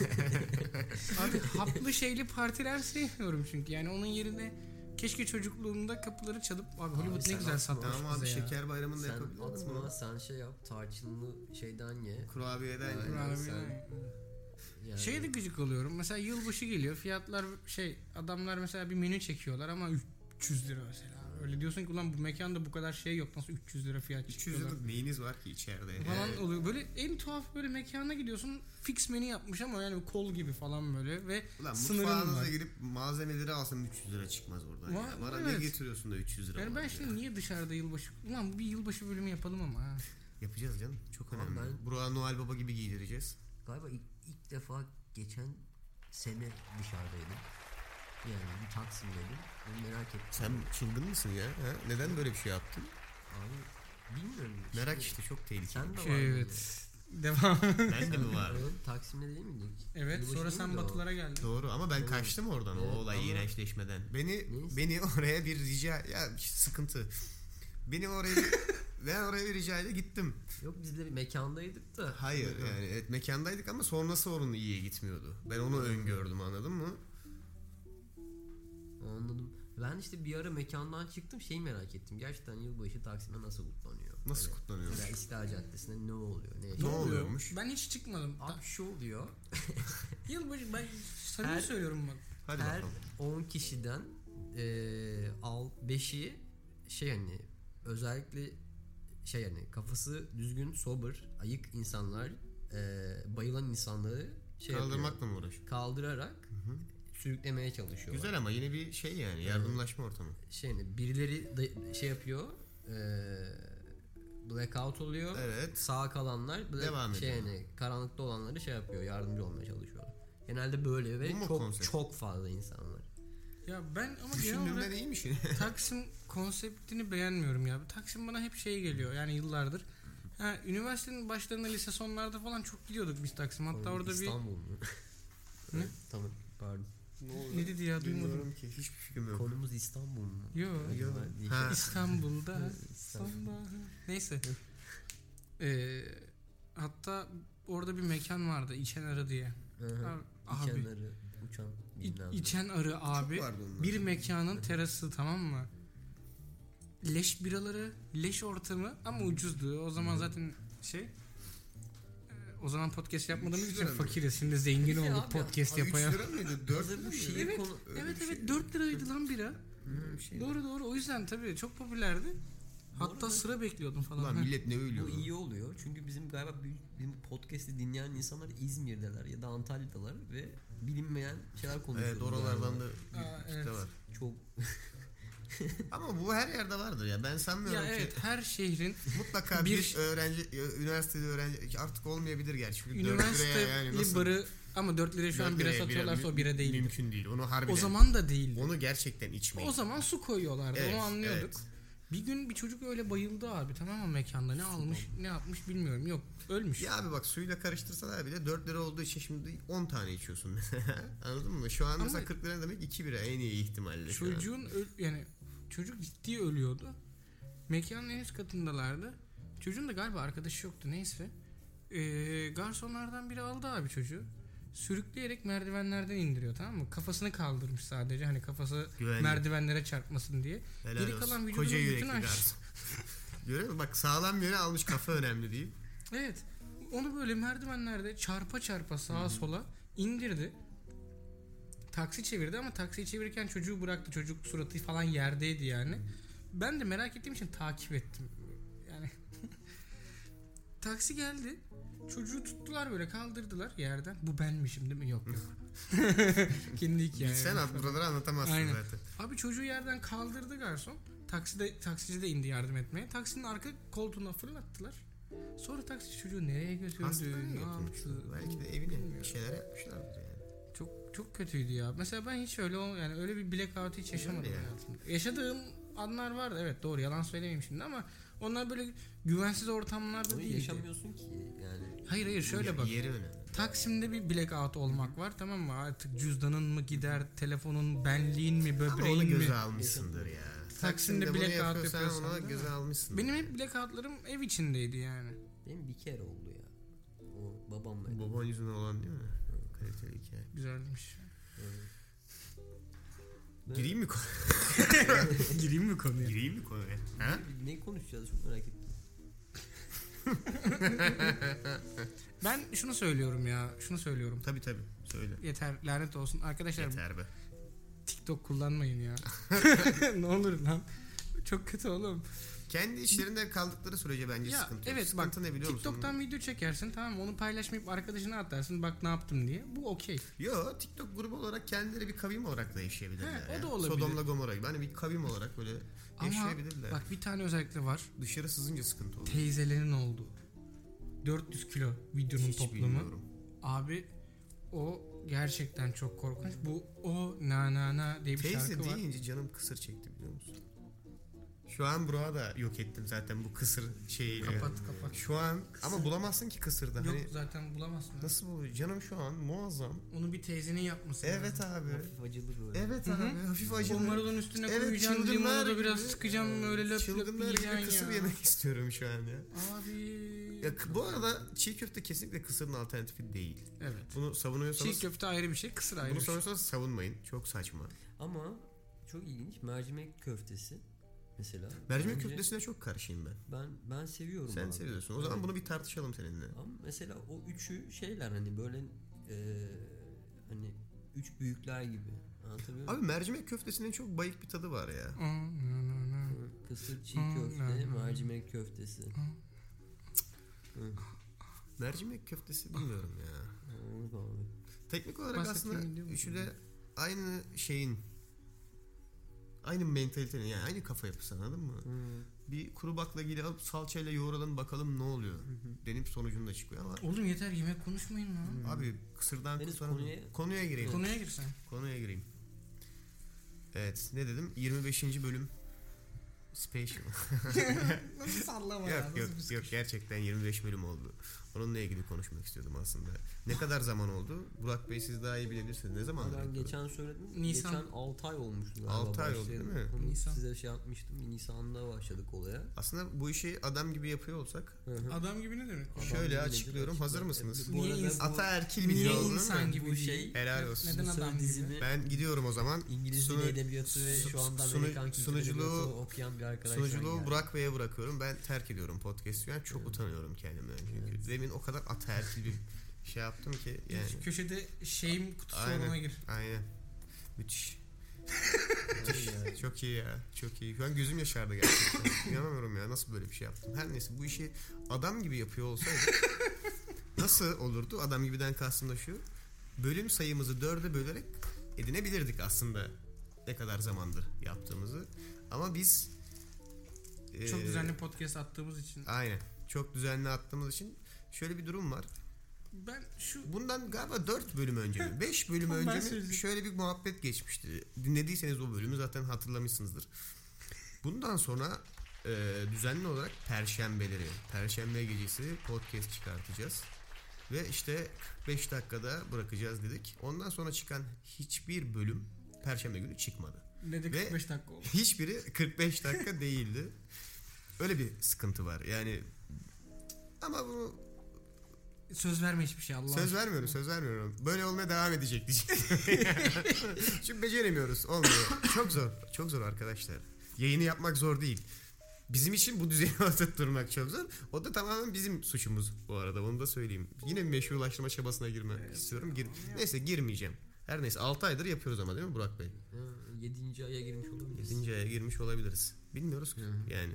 abi haplı şeyli partiler sevmiyorum çünkü. Yani onun yerine keşke çocukluğumda kapıları çalıp abi Hollywood ne sen güzel atma. satmış Tamam abi bize ya. şeker bayramında Sen yapabilir atma, mı? sen şey yap, tarçınlı şeyden ye. Kurabiyeden Aynen. yani. Abi sen- yani. Yani Şeye de gıcık oluyorum. Mesela yılbaşı geliyor. Fiyatlar şey, adamlar mesela bir menü çekiyorlar ama üç yüz lira mesela. Öyle diyorsun ki ulan bu mekanda bu kadar şey yok. Nasıl üç yüz lira fiyat üç yüz çıkıyorlar liralık neyiniz var ki içeride? falan Yani oluyor. Böyle en tuhaf böyle mekana gidiyorsun. Fix menü yapmış ama yani kol gibi falan böyle ve Ulan sınırın mutfağınıza var. girip malzemeleri alsam üç yüz lira çıkmaz oradan. Va- ya. Bana evet. ne getiriyorsun da üç yüz lira Yani var ben ya. şimdi niye dışarıda yılbaşı... Ulan bir yılbaşı bölümü yapalım ama ha. Yapacağız canım. Çok Ama önemli. ben- Burak'a Noel Baba gibi giydireceğiz. galiba ilk, ilk defa geçen sene dışarıdaydım. Yani bir Taksim'deydim. Ben merak ettim. Sen çılgın mısın ya? Ha? Neden böyle bir şey yaptın? Abi bilmiyorum. Merak Şimdi işte çok tehlikeli. Sen de var Şey, mıydın? evet. Devam. Ben de mi var? Evet, Taksim'de değil miydik? Evet, Yılbaşı sonra değil sen miydi o? batılara geldin. Doğru ama ben Evet. kaçtım oradan Evet, o olay ama- iğrençleşmeden. Beni Neyse. beni oraya bir rica ya sıkıntı. Beni oraya bir, ben oraya bir rica ile gittim. Yok biz de bir mekandaydık da. Hayır yani evet mekandaydık ama sonrası onun iyiye gitmiyordu. Ben onu öngördüm anladın mı? Anladım. Ben işte bir ara mekandan çıktım şeyi merak ettim. Gerçekten yılbaşı Taksim'de nasıl kutlanıyor? Nasıl Böyle kutlanıyor? Mesela İstiklal Caddesi'nde ne oluyor? Ne, Ne yaşanıyor? oluyormuş? Ben hiç çıkmadım. Abi şu oluyor. Yılbaşı ben samimi Her- söylüyorum bak. Hadi Her bakalım. on kişiden eee al beşi şey hani özellikle şey hani kafası düzgün, sober, ayık insanlar eee, bayılan insanları şey yapıyor, Kaldırmakla mı uğraşıyor? kaldırarak sürüklemeye çalışıyorlar. Güzel ama yine bir şey yani yardımlaşma ortamı. Şey hani birileri da, şey yapıyor eee blackout oluyor. Evet. Sağ kalanlar black- Devam şey ediyor. hani karanlıkta olanları şey yapıyor, yardımcı olmaya çalışıyorlar. Genelde böyle ve Bu mu çok konsept? çok fazla insan var. Ya ben ama genel Düşündüğümden olarak iyiymiş. Taksim konseptini beğenmiyorum ya. Taksim bana hep şey geliyor yani yıllardır. Ha, üniversitenin başlarında lise sonlarda falan çok gidiyorduk biz Taksim. Hatta Oğlum, orada İstanbul mu? Ne? Tamam pardon. bir ne dedi ya duymadım. Bilmiyorum ki hiçbir fikrim yok. Konumuz İstanbul mu? Yo. Acaba diye Ha. şey- İstanbul'da İstanbul. sonbahar. Neyse. Ee, hatta orada bir mekan vardı İçen Arı diye. Hı hı. Abi, İçenleri uçan İ- bilmem ne. İçen Arı abi. vardı onlar. Bir mekanın terası, tamam mı? Leş biraları, leş ortamı ama ucuzdu. O zaman zaten şey e, o zaman podcast yapmadığımız üç için lira mı? fakiriz. Şimdi zengin Ya olduk abi, podcast Abi üç yapaya. lira mıydı? dört Hazır lira bu mıydı? şiir Evet, konu... Öyle evet bir evet şey. dört liraydı lan bira. Hı, bir şey. Doğru doğru, o yüzden tabii çok popülerdi. Hatta arada- sıra bekliyordum falan. Ulan Ha. millet ne Bu ölüyor? iyi oluyor çünkü bizim galiba büyük- bizim podcast'i dinleyen insanlar İzmir'deler ya da Antalya'dalar ve bilinmeyen şeyler konuşuyorlar. Evet oralardan da bir Aa, kitle evet. var. çok Ama bu her yerde vardır ya. Ben sanmıyorum Ya ki evet, her şehrin mutlaka bir, Bir- öğrenci üniversitede öğrenci artık olmayabilir gerçi. Çünkü dört liraya üniversiteli yani nasıl? barı Ama dört liraya şu an dört bira liraya satıyorlarsa mü- o bira değildi. Mümkün değil. Onu harbiden. O zaman da değildi. Onu gerçekten içmeyin. O zaman su koyuyorlardı. Evet, Onu anlıyorduk. evet. Bir gün bir çocuk öyle bayıldı abi, tamam mı, mekanda. Ne almış ne yapmış bilmiyorum. Yok, ölmüş. Ya abi bak, suyla karıştırsalar bile dört lira olduğu için şimdi on tane içiyorsun mesela. Anladın mı? Şu an Ama mesela kırk lira demek iki bira en iyi ihtimalle. şu an. Çocuğun öl- yani çocuk ciddi ölüyordu. Mekanın en üst katındalardı. Çocuğun da galiba arkadaşı yoktu, neyse. Ee, garsonlardan biri aldı abi çocuğu. Sürükleyerek merdivenlerden indiriyor, tamam mı? Kafasını kaldırmış sadece, hani kafası Güvenli. merdivenlere çarpmasın diye. Helal Geri olsun. kalan vücudunun Koca bütün yürekli aş- garson. Görüyor musun? Bak, sağlam yöne almış, kafa önemli değil. Evet. Onu böyle merdivenlerde çarpa çarpa sağa Hı-hı. sola indirdi. Taksi çevirdi ama taksiyi çevirirken çocuğu bıraktı. Çocuk suratı falan yerdeydi yani. Ben de merak ettiğim için takip ettim. Yani taksi geldi. Çocuğu tuttular, böyle kaldırdılar yerden. Bu benmişim değil mi? Yok yok. Kendi hikayem. Sen at, buraları anlatamazsın Aynen. zaten. Abi çocuğu yerden kaldırdı garson. Takside, taksici de indi yardım etmeye. Taksinin arka koltuğuna fırlattılar. Sonra taksici çocuğu nereye götürdü? Hastaneye Ne yaptı? götürmüştür. Belki de evine Bilmiyorum. bir şeyler yapmışlardır yani. Çok çok kötüydü ya. Mesela ben hiç öyle ol- yani öyle bir blackout hiç yaşamadım Öyle ya. hayatımda. Yaşadığım anlar vardı, evet doğru, yalan söylemeyeyim şimdi, ama onlar böyle güvensiz ortamlarda Onu değildi. yaşamıyorsun ki yani. Hayır hayır şöyle bak. Yeri önemli. Taksim'de bir blackout olmak var, tamam mı? Artık cüzdanın mı gider, telefonun, benliğin mi, Ama onu böbreğin mi? göze almışsındır ya. Taksim'de bunu blackout yapıyorsan yapıyorsan ona değil göze mi? almışsın. Benim hep blackoutlarım ev içindeydi yani. Benim bir kere oldu ya. O babamla. Baban yüzünden olan değil mi? Kaliteli hikaye. Güzelmiş. Evet. Gireyim mi konuya? Gireyim mi konuya? Gireyim mi konuya? Ha? Ne konuşacağız, çok merak ettim. Ben şunu söylüyorum ya. Şunu söylüyorum. Tabii tabii. Söyle. Yeter, lanet olsun. Arkadaşlar Yeter be. TikTok kullanmayın ya. Ne olur lan. Çok kötü oğlum. Kendi işlerinde kaldıkları sürece bence Ya sıkıntı yok. evet Sıkıntı bak, ne biliyor musun? TikTok'tan video çekersin, tamam mı? Onu paylaşmayıp arkadaşına atarsın, bak ne yaptım diye. Bu okey. Yo, TikTok grubu olarak kendileri bir kavim olarak da yaşayabilirler. He, o ya. da olabilir. Sodom'la Gomorra gibi. Hani bir kavim olarak böyle Ama yaşayabilirler. bak bir tane özellikle var. Dışarı sızınca sıkıntı olur. Teyzelerin olduğu. dört yüz kilo videonun Hiç toplamı. bilmiyorum. Abi o gerçekten çok korkunç. Bu o na na na diye bir Teyze şarkı var. deyince canım kısır çekti biliyor musun? Şu an Burak'ı da yok ettim zaten bu kısır şeyiyle. Kapat kapat. Şu an ama bulamazsın ki kısırda. Yok Hani zaten bulamazsın. nasıl buluyor? Canım şu an muazzam. Onu bir teyzenin yapması. Evet lazım. abi. Hafif acılı böyle. Evet Hı hı. abi. Hafif acılı. Marulun üstüne Evet, koyacağım, çılgınlar limonu da biraz gibi. sıkacağım, öyle löp löp Çılgınlar gibi yiyeceksin kısır ya. yemek istiyorum şu an ya. Abi. Ya k- bu arada çiğ köfte kesinlikle kısırın alternatifi değil. Evet. Bunu savunuyorsanız Çiğ köfte ayrı bir şey, kısır ayrı bunu bir şey. savunuyorsanız savunmayın. Çok saçma. Ama çok ilginç, mercimek köftesi mesela. Mercimek Bence köftesine çok karşıyım ben. Ben ben seviyorum Sen abi. seviyorsun. O zaman Evet. bunu bir tartışalım seninle. Ama mesela o üçü şeyler hani böyle e, hani üç büyükler gibi. Anlatabiliyor muyum? Abi mercimek köftesinin çok bayık bir tadı var ya. Aa, na, na, na. Kısır çiğ Hmm, köfte, hmm. mercimek köftesi. Hı. Mercimek köftesi bilmiyorum ya. Evet abi. Teknik olarak Bahsettiğim aslında video mu? üçü de aynı şeyin aynı mentalitenin yani aynı kafa yapısı, anladın mı? Hı. Bir kuru baklagili alıp salçayla yoğuralım bakalım ne oluyor. Denip sonucunda çıkıyor ama Oğlum yeter, yemek konuşmayın lan. abi kısırdan Deniz, kurtulalım. konuya- Konuya gireyim. Konuya girsen. Konuya gireyim. Evet, ne dedim? yirmi beşinci bölüm special. Nasıl sallama yok ya? yok Nasıl bir yok sıkış? gerçekten yirmi beş bölüm oldu. Onunla ilgili konuşmak istiyordum aslında. Ne kadar zaman oldu? Burak Bey siz daha iyi bilebilirsiniz. Ne zaman? Ben geçen söyledim. Nisan. Geçen altı ay olmuştu galiba. Altı ay oldu başlayalı. değil mi? Onu Nisan. Size şey yapmıştım. Nisan'da başladık olaya. Aslında bu işi adam gibi yapıyor olsak Hı hı. Adam gibi ne demek? Adam şöyle gibi açıklıyorum. nedir? Hazır Açıkla. mısınız? Bu Niye arada insan- bu Ataerkil bir Niye video oldu değil insan mi? gibi Bu değil? şey- Helal olsun. Neden bu adam gibi? dizimi Ben gidiyorum o zaman. İngiliz Sunu- dili edebiyatı ve su- şu anda sunu- Amerikan kültürü sunuculuğu- edebiyatı okuyan bir arkadaşlar Sunuculuğu geldi. Burak Bey'e bırakıyorum. Ben terk ediyorum podcast'ı. Yani çok utanıyorum kendimden. Çünkü Evet. demin o kadar ataerkil bir şey yaptım ki yani. Şu köşede shame kutusu Aynen. olana gir. Aynen. Müthiş. Öyle ya. Çok iyi ya. Çok iyi. Şu an gözüm yaşardı gerçekten. İnanamıyorum ya. Nasıl böyle bir şey yaptım. Her neyse bu işi adam gibi yapıyor olsaydı nasıl olurdu? Adam gibiden kastım da şu. Bölüm sayımızı dörde bölerek edinebilirdik aslında. Ne kadar zamandır yaptığımızı. Ama biz Çok eee, düzenli podcast attığımız için. Aynen. Çok düzenli attığımız için şöyle bir durum var. Ben şu Bundan galiba dört bölüm önce mi? beş bölüm Ben önce mi? söyleyeceğim. Şöyle bir muhabbet geçmişti. Dinlediyseniz o bölümü zaten hatırlamışsınızdır. Bundan sonra e, düzenli olarak perşembeleri, perşembe gecesi podcast çıkartacağız. Ve işte kırk beş dakikada bırakacağız dedik. Ondan sonra çıkan hiçbir bölüm perşembe günü çıkmadı. ne de Ve- kırk beş dakika oldu. Hiçbiri kırk beş dakika değildi. Öyle bir sıkıntı var. Yani ama bu Söz verme hiçbir şey Allah söz aşkına. vermiyorum, söz vermiyorum. Böyle olmaya devam edecek diyecektim. Çünkü beceremiyoruz. Olmuyor. Çok zor. Çok zor arkadaşlar. Yayını yapmak zor değil. Bizim için bu düzeni oturtturmak çok zor. O da tamamen bizim suçumuz bu arada. Onu da söyleyeyim. Yine meşrulaştırma çabasına girmek istiyorum. Gir neyse girmeyeceğim. Her neyse altı aydır yapıyoruz ama değil mi Burak Bey? yedinci aya girmiş olabiliriz. yedinci aya girmiş olabiliriz. Bilmiyoruz ki Hı. yani.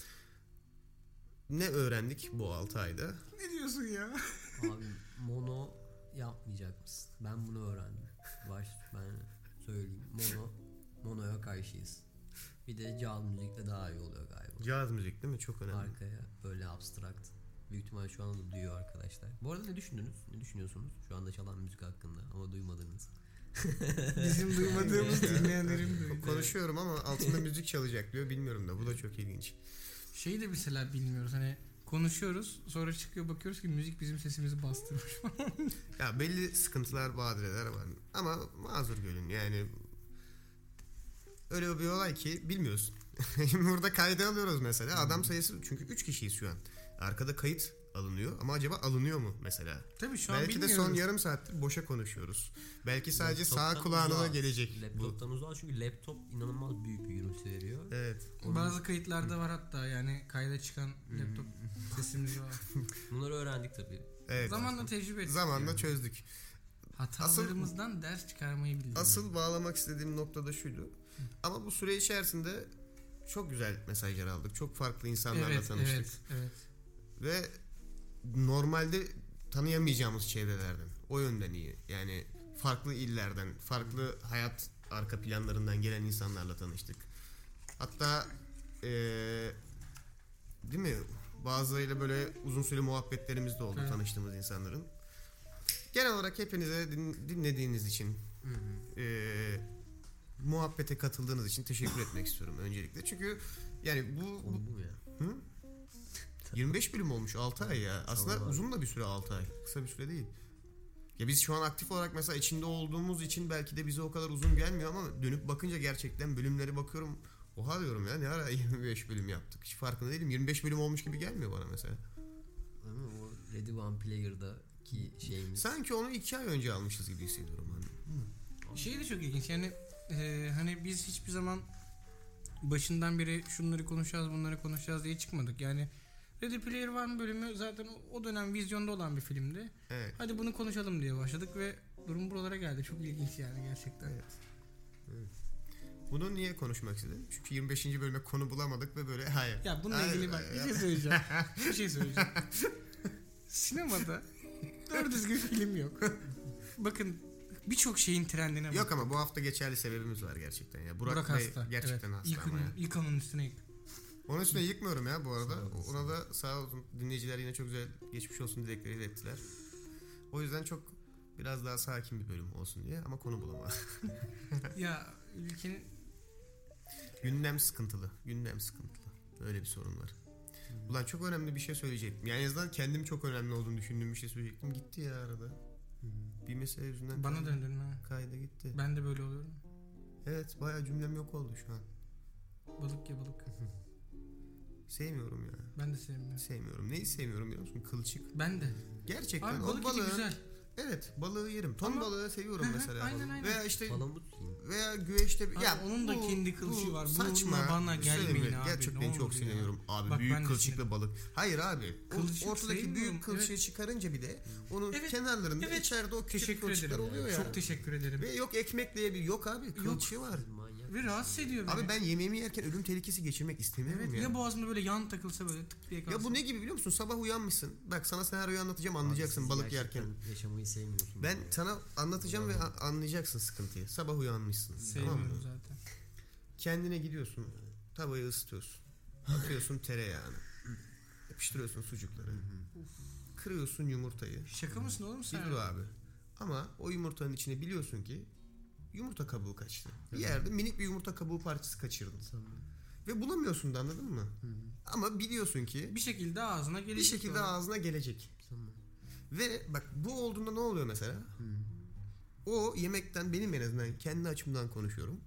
Ne öğrendik bu altı ayda? Ne diyorsun ya? Abi mono yapmayacak mısın? Ben bunu öğrendim. Baş ben söyleyeyim. Mono monoya karşıyız. Bir de caz müzikte daha iyi oluyor galiba. Caz müzik değil mi? Çok önemli. Arkaya böyle abstrakt. Büyük ihtimal şu anda da duyuyor arkadaşlar. Bu arada ne düşündünüz? Ne düşünüyorsunuz? Şu anda çalan müzik hakkında ama duymadınız. Bizim duymadığımız dinleyenlerin duydu. Konuşuyorum ama altında müzik çalacak diyor. Bilmiyorum da bu da çok ilginç. Şeyi de mesela bilmiyoruz hani konuşuyoruz sonra çıkıyor bakıyoruz ki müzik bizim sesimizi bastırmış. Ya belli sıkıntılar, badireler var. Ama mazur görün yani. Öyle bir olay ki bilmiyorsun. Şimdi burada kayda alıyoruz mesela. Adam sayısı çünkü üç kişiyiz şu an. Arkada kayıt alınıyor ama acaba alınıyor mu mesela? Tabii şu an Belki de bilmiyoruz. son yarım saattir boşa konuşuyoruz. Belki sadece sağ Laptoptan kulağına uzağa- gelecek bu. Laptoptan uzağa çünkü laptop inanılmaz büyük bir gürültü veriyor. Evet. Bazı kayıtlarda var hatta yani kayda çıkan laptop sesimiz var. Bunları öğrendik tabii. Evet. Zamanla tecrübe ettik. Zamanla yani. çözdük. Hatalarımızdan ders çıkarmayı bildik. Asıl bağlamak istediğim nokta da şuydu. Ama bu süre içerisinde çok güzel mesajlar aldık. Çok farklı insanlarla evet, tanıştık. evet, evet. Ve normalde tanıyamayacağımız çevrelerden. O yönden iyi. Yani farklı illerden, farklı hayat arka planlarından gelen insanlarla tanıştık. Hatta ee, değil mi? Bazılarıyla böyle uzun süre muhabbetlerimiz de oldu Evet. tanıştığımız insanların. Genel olarak hepinize din- dinlediğiniz için ee, muhabbete katıldığınız için teşekkür etmek istiyorum öncelikle. Çünkü yani bu, bu Konu bu mu ya? Hı? yirmi beş bölüm olmuş altı ay ya. Aslında Tamam abi. uzun da bir süre altı ay. Kısa bir süre değil. Ya biz şu an aktif olarak mesela içinde olduğumuz için belki de bize o kadar uzun gelmiyor ama dönüp bakınca gerçekten bölümleri bakıyorum. Oha diyorum ya ne ara yirmi beş bölüm yaptık. Hiç farkında değilim. yirmi beş bölüm olmuş gibi gelmiyor bana mesela. Ama o Ready One Player'daki şeyimiz. Sanki onu iki ay önce almışız gibi hissediyorum. Hani. Şey de çok ilginç yani e, hani biz hiçbir zaman başından beri şunları konuşacağız bunları konuşacağız diye çıkmadık. Yani Ready Player One bölümü zaten o dönem vizyonda olan bir filmdi. Evet. Hadi bunu konuşalım diye başladık ve durum buralara geldi. Çok ilginç yani gerçekten. Evet. Evet. Bunu niye konuşmak istedim? Çünkü yirmi beşinci bölüme konu bulamadık ve böyle hayır. Ya bununla Hayır, ilgili bak bir hayır. şey söyleyeceğim. bir şey söyleyeceğim. Sinemada doğru düzgün film yok. Bakın birçok şeyin trendine bak. Yok ama bu hafta geçerli sebebimiz var gerçekten ya. Burak, Burak Bey hasta. gerçekten evet. hasta İlk ama onun, ya. ilk onun üstüne yık. Onun üstüne yıkmıyorum ya bu arada. Sağ olasın. Ona da sağ olsun dinleyiciler yine çok güzel geçmiş olsun dilekleri ilettiler. O yüzden çok biraz daha sakin bir bölüm olsun diye ama konu bulamadım. Ya ülkenin Gündem sıkıntılı. Gündem sıkıntılı. Öyle bir sorun var. Ulan çok önemli bir şey söyleyecektim. Yani en azından kendim çok önemli olduğunu düşündüğüm bir şey söyleyecektim. Gitti ya arada. Bir mesele yüzünden bana kayda, döndün ha. kayda gitti. Ben de böyle oluyorum. Evet bayağı cümlem yok oldu şu an. Balık ya balık. Sevmiyorum ya. Ben de sevmiyorum. Sevmiyorum. Neyi sevmiyorum biliyor musun? Kılçık. Ben de. Gerçekten Abi o balık eti balığın- güzel. Evet balığı yerim. Ton Ama- balığı seviyorum Hı hı, mesela. aynen, aynen. Veya işte Palamut yiyeyim. veya güveçte Abi ya onun da bu- kendi kılçığı bu var. Saçma. Bununla bana gelmeyin Söyleme. abi, Gerçekten ne çok olur ya. sinirleniyorum. Abi Bak ben büyük de kılçıklı sinirleniyorum. balık. Hayır abi. O Kılçık ortadaki sevmiyorum, büyük kılçığı evet. çıkarınca bir de onun Evet, kenarlarında evet. içeride o küçük Teşekkür kılçıklar ederim. oluyor ya. Çok teşekkür ederim. Ve yok ekmekle bir yok abi kılçığı var. Siz manyak. Ve rahatsız ediyor beni. Abi ben yemeğimi yerken ölüm tehlikesi geçirmek istemiyorum Evet ya. ya boğazımda böyle yan takılsa böyle tık diye kalsa. Ya bu ne gibi biliyor musun? Sabah uyanmışsın. Bak sana senaryoyu anlatacağım anlayacaksın Siz balık gerçekten yerken. yaşamayı sevmiyorsun. Ben sana anlatacağım ve a- anlayacaksın sıkıntıyı. Sabah uyanmışsın. Tamam Sevmiyorum mı? zaten. Kendine gidiyorsun. Tavayı ısıtıyorsun. Atıyorsun tereyağını. Yapıştırıyorsun sucukları. Kırıyorsun yumurtayı. Şaka mısın oğlum sen? Bir dur abi. Ama o yumurtanın içine biliyorsun ki yumurta kabuğu kaçtı. Bir yerde minik bir yumurta kabuğu parçası kaçırdın. Ve bulamıyorsun da, anladın mı? Ama biliyorsun ki Bir şekilde ağzına gelecek. bir şekilde o. ağzına gelecek. Ve bak bu olduğunda ne oluyor mesela? O yemekten, benim en azından kendi açımdan konuşuyorum.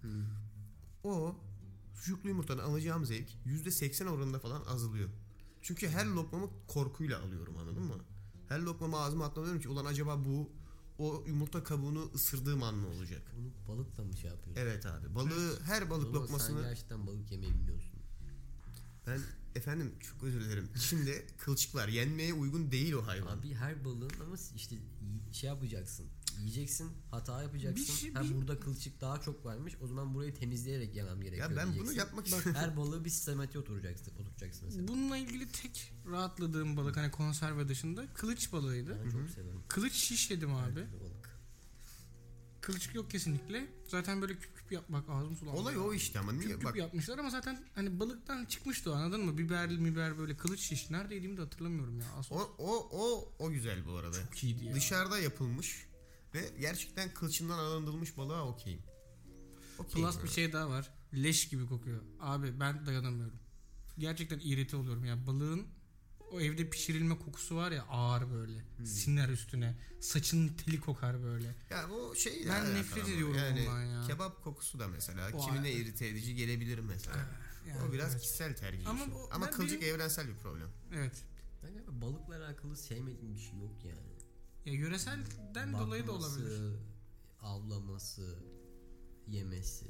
O sucuklu yumurtadan alacağım zevk yüzde seksen oranında falan azalıyor. Çünkü her lokmamı korkuyla alıyorum, anladın mı? Her lokmamı ağzıma atlamıyorum ki ulan acaba bu o yumurta kabuğunu ısırdığım an ne olacak? Bunu balıkla mı şey yapıyorsun? Evet abi. Balığı, her balık Ama lokmasını sen gerçekten balık yemeyi bilmiyorsun. ben efendim çok özür dilerim. İçinde kılçık var. Yenmeye uygun değil o hayvan. Abi her balığın ama işte şey yapacaksın. Yiyeceksin, hata yapacaksın. Bir şey- ha bir- burada kılçık daha çok varmış. O zaman burayı temizleyerek yemem gerekiyor. Ya ben bunu diyeceksin. yapmak istiyorum. Her balığı bir sistematiğe oturacaksın, oturacaksın mesela. Bununla ilgili tek rahatladığım balık hani konserve dışında kılıç balığıydı. Ben çok severim. Kılıç şiş yedim abi. Her türlü balık. Kılçık yok kesinlikle. Zaten böyle küp küp yapmak ağzım sulandı. Olay o işte ama niye Küp küp bak yapmışlar ama zaten hani balıktan çıkmıştı o, anladın mı? Biberli biber böyle kılıç şiş. Nerede yediğimi de hatırlamıyorum ya. Aslında o o o o güzel bu arada. çok iyiydi ya. Dışarıda yapılmış ve gerçekten kılçından alındırılmış balığa okeyim. Okeyim Plus bir ya. şey daha var. Leş gibi kokuyor. Abi ben dayanamıyorum. Gerçekten irite oluyorum ya. Balığın o evde pişirilme kokusu var ya, ağır böyle. Siner üstüne. Saçının teli kokar böyle. Ya o şey Ben alakalı nefret ama. ediyorum yani ondan ya. Kebap kokusu da mesela O kimine ay- irite edici gelebilir mesela. Yani o biraz evet. kişisel tercih Ama işi. o- Ama ben kılcık benim- evrensel bir problem. Evet. Ben galiba balıkla alakalı sevmediğim bir şey yok yani. Ya yöreselden dolayı da Bakması, olabilir. avlaması, yemesi.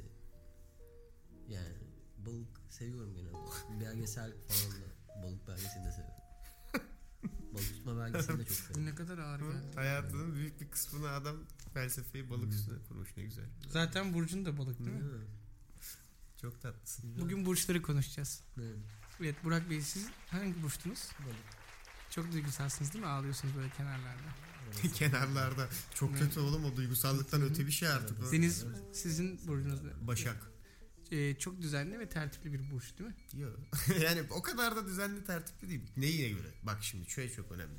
Yani balık seviyorum genelde. Belgesel falan da balık belgeselini de seviyorum. Balık tutma belgeselini de çok Bu seviyorum. ne kadar ağır geldi. Hayatının büyük bir kısmını adam felsefeyi balık üstüne kurmuş, ne güzel. Zaten Burcu'nun da balık değil mi? Değil mi? Çok tatlısın. Bugün burçları konuşacağız. Evet. Evet Burak Bey, siz hangi burçtunuz? Balık. Çok duygusalsınız değil mi? Ağlıyorsunuz böyle kenarlarda. Kenarlarda. Çok kötü oğlum, o duygusallıktan öte bir şey artık. o. Deniz, sizin burcunuz ne? Başak. Ee, çok düzenli ve tertipli bir burç değil mi? Yok. Yani o kadar da düzenli tertipli değil. Neyine göre? Bak şimdi şöyle çok önemli.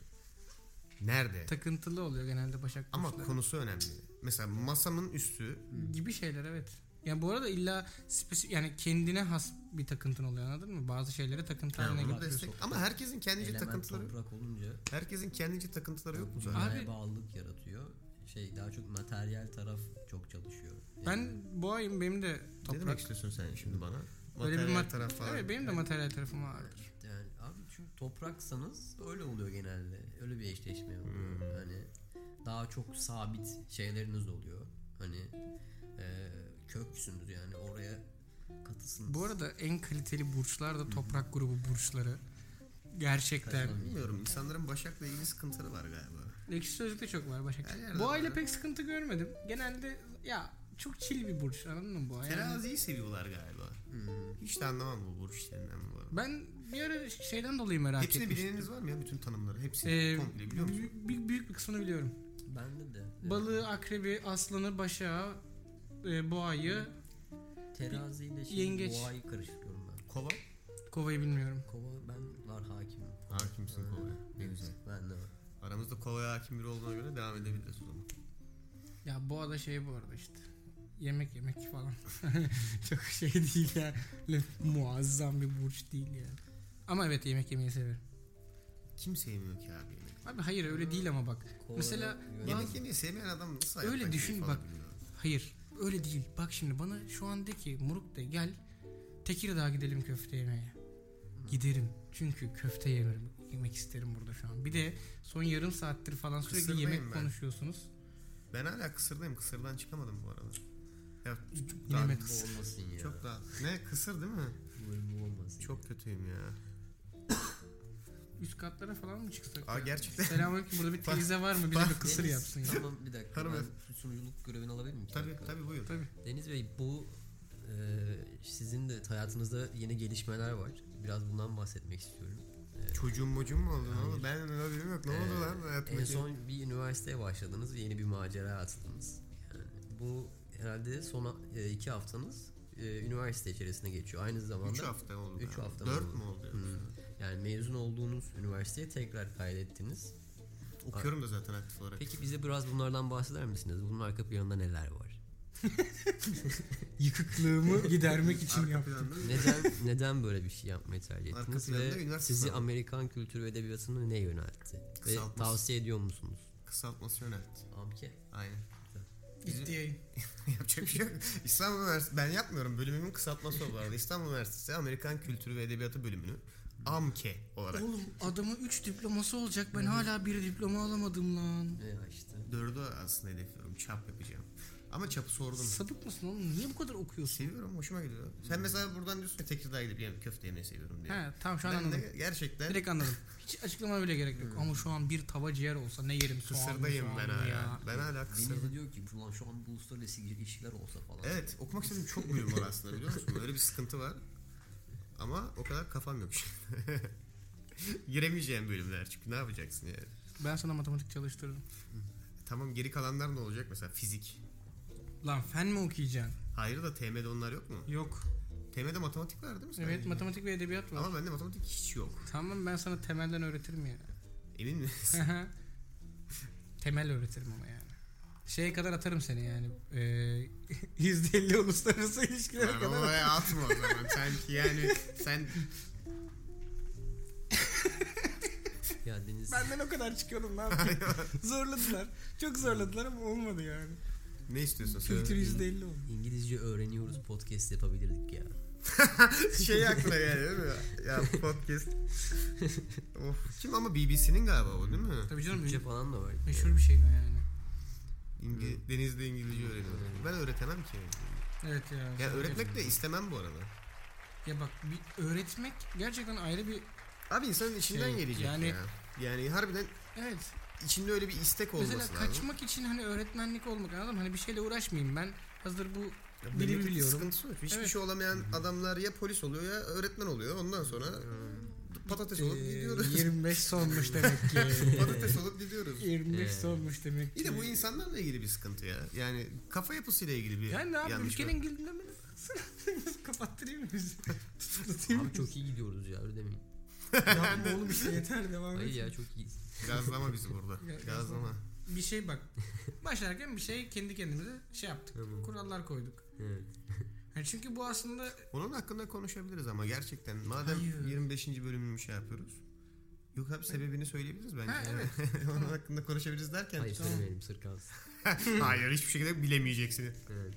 Nerede? Takıntılı oluyor genelde Başak Ama burçları. konusu önemli. Mesela masamın üstü Gibi şeyler, evet. Yani bu arada illa spesifik, yani kendine has bir takıntın oluyor, anladın mı? Bazı şeylere takıntı yani haline bunu getiriyorsun. destek. Ama herkesin kendince Element takıntıları. toprak olunca Herkesin kendince takıntıları yok mu zaten? Abi- dünyaya bağlılık yaratıyor. Şey daha çok materyal taraf çok çalışıyor. Yani Ben boğayım, benim de Ne demek toprak. istiyorsun sen şimdi bana? Böyle bir Materyal mat- taraf falan. Evet, benim de materyal tarafım vardır. Yani abi çünkü topraksanız öyle oluyor genelde. Öyle bir eşleşme oluyor. Hmm. Hani daha çok sabit şeyleriniz oluyor. Hani e, köksünüz yani oraya katısınız. Bu arada en kaliteli burçlar da toprak grubu burçları. Gerçekten. Kaçınamıyorum. Bilmiyorum, insanların Başak'la ilgili sıkıntıları var galiba. Ekşi Sözlük'te çok var Başak. Her yerde Boğayla var. pek sıkıntı görmedim. Genelde ya çok chill bir burç, anladın mı Boğa? Yani Teraziyi seviyorlar galiba. Hmm. Hiç de anlamam bu burç işlerinden bu arada. ben bir ara şeyden dolayı merak Hepsini etmiştim. bileniniz var mı ya, bütün tanımları? Hepsini Ee, komple biliyor musun? büyük, büyük, büyük bir kısmını biliyorum. Bende de. Balığı, akrebi, aslanı, başağı, e, boğayı, Teraziyle şey, yengeç. boğayı karıştırıyorum ben. Kova? kovayı bilmiyorum. Kova ben var hakimim. Hakimsin Ha, kovaya. Ne güzel. Ben de var. Aramızda kovaya hakim biri olduğuna göre devam edebiliriz o zaman. Ya boğa da şey bu arada işte. Yemek yemek falan. Çok şey değil ya. Öyle muazzam bir burç değil yani. Ama evet, yemek yemeyi severim. Kim sevmiyor ki abi yemek? Abi hayır, öyle değil ama bak. Kova Mesela güven- Yemek yemeyi sevmeyen adam nasıl Öyle hayattan düşün, keyif bak. alabiliyor? Hayır öyle değil. Bak şimdi bana şu an de ki Muruk de gel Tekirdağ'a gidelim köfte yemeye. Giderim. Çünkü köfte yemerim. Yemek isterim burada şu an. Bir de son yarım saattir falan sürekli Kısırdayım yemek ben. konuşuyorsunuz. Ben hala kısırdayım. Kısırdan çıkamadım bu arada. Ya çok Yine daha, mi Bu olmasın ya. çok daha. Ne kısır değil mi? Bu, bu olmasın. Çok kötüyüm ya. Üst katlara falan mı çıksak? Aa, ya? gerçekten. Selamünaleyküm, burada bir teyze var mı? Bize bir kısır Deniz, yapsın ya. Tamam bir dakika. Hanım Ben sunuculuk görevini alabilir miyim? iki Tabii dakika? tabii buyur. Tabii. Deniz Bey bu e, sizin de hayatınızda yeni gelişmeler var. Biraz bundan bahsetmek istiyorum. Çocuğum mocuğum mu oldu? Ne Hayır. oldu? Ben ne haberim yok. Ne Ee, oldu lan hayatımdaki? En son bir üniversiteye başladınız ve yeni bir macera atıldınız. Yani bu herhalde son e, iki haftanız e, üniversite içerisinde geçiyor. Aynı zamanda üç hafta oldu. üç ya. hafta dört oldu. mü oldu? Hı. Yani mezun olduğunuz üniversiteye tekrar kaydettiniz. Okuyorum da zaten aktif olarak. Peki bize biraz bunlardan bahseder misiniz? Bunun arka planında neler var? Yıkıklığımı gidermek için Arka yaptım. planda Neden neden böyle bir şey yapmayı tercih Arka ettiniz planda ve üniversite sizi sınavı. Amerikan kültürü ve edebiyatını ne yöneltti? Ve Kısaltması. tavsiye ediyor musunuz? kısaltması yöneltti. Amke. Aynen. Gitti yayın. Yapacak bir şey yok. İstanbul Üniversitesi, ben yapmıyorum. Bölümümün kısaltması o bu arada. İstanbul Üniversitesi Amerikan Kültürü ve Edebiyatı bölümünü AMKE olarak. Oğlum adamın üç diploması olacak, ben hala bir diploma alamadım lan. Ya işte. Dördü aslında hedefliyorum. Çap yapacağım. Ama çapı sordum. Sapık mısın oğlum? Niye bu kadar okuyorsun? Seviyorum. Hoşuma gidiyor. Sen mesela buradan diyorsun ki Tekirdağ'a gidip yemek- köfte yemeyi seviyorum diye. He tamam, şu an Ben anladım. de gerçekten Direkt anladım. Hiç açıklama bile gerek yok. Ama şu an bir tava ciğer olsa ne yerim, soğan mı, kısırdayım soğan ben mı hala. ya? Ben hala Deniz kısırda. de diyor ki ulan şu an bu uluslararası ilişkiler olsa falan. Evet, okumak istediğim çok bölüm var aslında, biliyor musun? Öyle bir sıkıntı var. Ama o kadar kafam yok şimdi. Giremeyeceğim bölümler çünkü ne yapacaksın yani? Ben sana matematik çalıştırdım. Tamam, geri kalanlar ne olacak mesela fizik? Lan fen mi okuyacaksın? Hayır da T M'de onlar yok mu? Yok. T M'de matematik var değil mi? Evet, sadece? matematik ve edebiyat var. Ama bende matematik hiç yok. Tamam, ben sana temelden öğretirim ya. Emin misin? Temel öğretirim ama yani. Şeye kadar atarım seni yani. Ee, yüzde elli uluslararası ilişkilere Lan kadar. oraya atma o zaman. Sanki yani sen Ya Deniz Benden o kadar çıkıyorum, ne yapayım? Zorladılar. Çok zorladılar ama olmadı yani. ne istiyorsun? Söyle. Kültür yüzde elli oldu. İngilizce öğreniyoruz podcast yapabilirdik ya. Şey aklına geldi değil mi? Ya podcast. Of. Kim ama B B C'nin galiba o değil mi? Tabii canım, Türkçe falan da var. meşhur bir şey o yani. İngi, Deniz'de İngilizce öğreniyor. Ben öğretemem ki. Evet ya. Ya öğretmek de istemem bu arada. Ya bak, bir öğretmek gerçekten ayrı bir, Abi insanın içinden Şey, gelecek yani- ya. Yani harbiden evet. içinde öyle bir istek olması Mesela lazım. kaçmak için hani öğretmenlik olmak, anladın mı? Hani bir şeyle uğraşmayayım ben. Hazır bu Ya bilimi memleketin biliyorum. sıkıntısı yok. Hiçbir Evet. şey olamayan adamlar ya polis oluyor ya öğretmen oluyor. Ondan sonra patates olup Ee, gidiyoruz. yirmi beş sonmuş demek ki. Patates olup gidiyoruz. yirmi beş Ee, sonmuş demek ki. Bir de bu insanlarla ilgili bir sıkıntı ya. Yani kafa yapısıyla ilgili bir Yani ne yapayım, yanlış var. ülkenin gündemini kapattırayım mı bizi? Tutayım mı? Abi çok iyi gidiyoruz ya, öyle demeyin. Yapma oğlum işte, yeter, devam Hayır et. ya, çok iyi. Gazlama bizi burada. Gazlama. Gazlama. Bir şey bak. Başlarken bir şey kendi kendimize şey yaptık. Tamam. Kurallar koyduk. Evet. Yani çünkü bu aslında Onun hakkında konuşabiliriz ama gerçekten. Madem Hayır. yirmi beşinci bölümünü şey yapıyoruz. Yok abi, sebebini söyleyebiliriz bence. Ha, evet. Onun hakkında konuşabiliriz derken. Hayır Tamam. söylemeyelim, sır kalsın. Hayır, hiçbir şekilde bilemeyeceksin. Evet.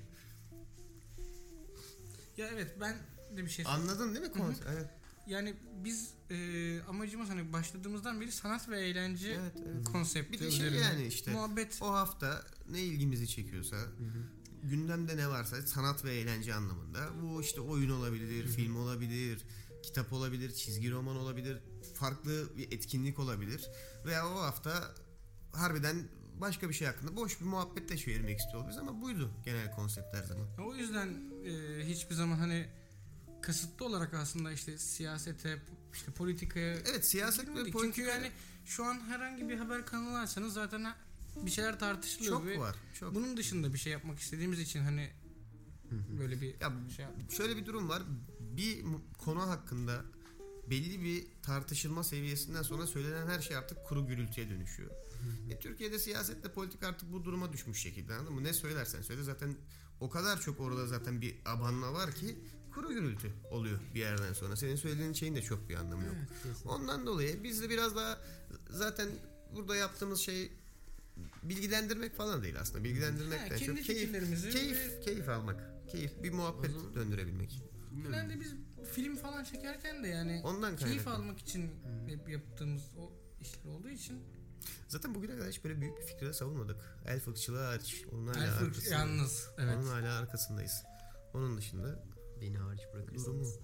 ya evet, ben de bir şey Anladın değil mi konu? Evet. Yani biz e, amacımız hani başladığımızdan beri sanat ve eğlence Evet, evet. konsepti Bir de şey üzerine yani işte muhabbet. o hafta ne ilgimizi çekiyorsa, gündemde ne varsa sanat ve eğlence anlamında. Bu işte oyun olabilir, film olabilir, kitap olabilir, çizgi roman olabilir, farklı bir etkinlik olabilir. Veya o hafta harbiden başka bir şey hakkında boş bir muhabbetle çevirmek istiyoruz ama buydu genel konsept her zaman. O yüzden e, hiçbir zaman hani kasıtlı olarak aslında işte siyasete, işte politikaya Evet, siyaset ve girmedik. politika Çünkü yani şu an herhangi bir haber kanalı açsanız zaten ha- bir şeyler tartışılıyor çok ve var. Çok. bunun dışında bir şey yapmak istediğimiz için hani böyle bir Ya şey yaptık. şöyle bir durum var. Bir mu- konu hakkında belli bir tartışılma seviyesinden sonra söylenen her şey artık kuru gürültüye dönüşüyor. E, Türkiye'de siyasetle politik artık bu duruma düşmüş şekilde, anladın mı? Ne söylersen söyle zaten o kadar çok orada zaten bir abanma var ki kuru gürültü oluyor bir yerden sonra. Senin söylediğin şeyin de çok bir anlamı yok. Ondan dolayı biz de biraz daha zaten burada yaptığımız şey bilgilendirmek falan değil aslında. Bilgilendirmekten Ha, kendi çok keyif, fikirlerimizi keyif, ve- keyif almak. Keyif, bir muhabbet O zaman- döndürebilmek. Ben de biz film falan çekerken de yani Ondan keyif kaynaklı. almak için hep yaptığımız o işler olduğu için Zaten bugüne kadar hiç böyle büyük bir fikri de savunmadık. Elf ırkçılığı hariç. Onun hala Elf ırk- arkasında- yalnız evet. Onun hala arkasındayız. Onun dışında Beni hariç durumu. bırakırsanız.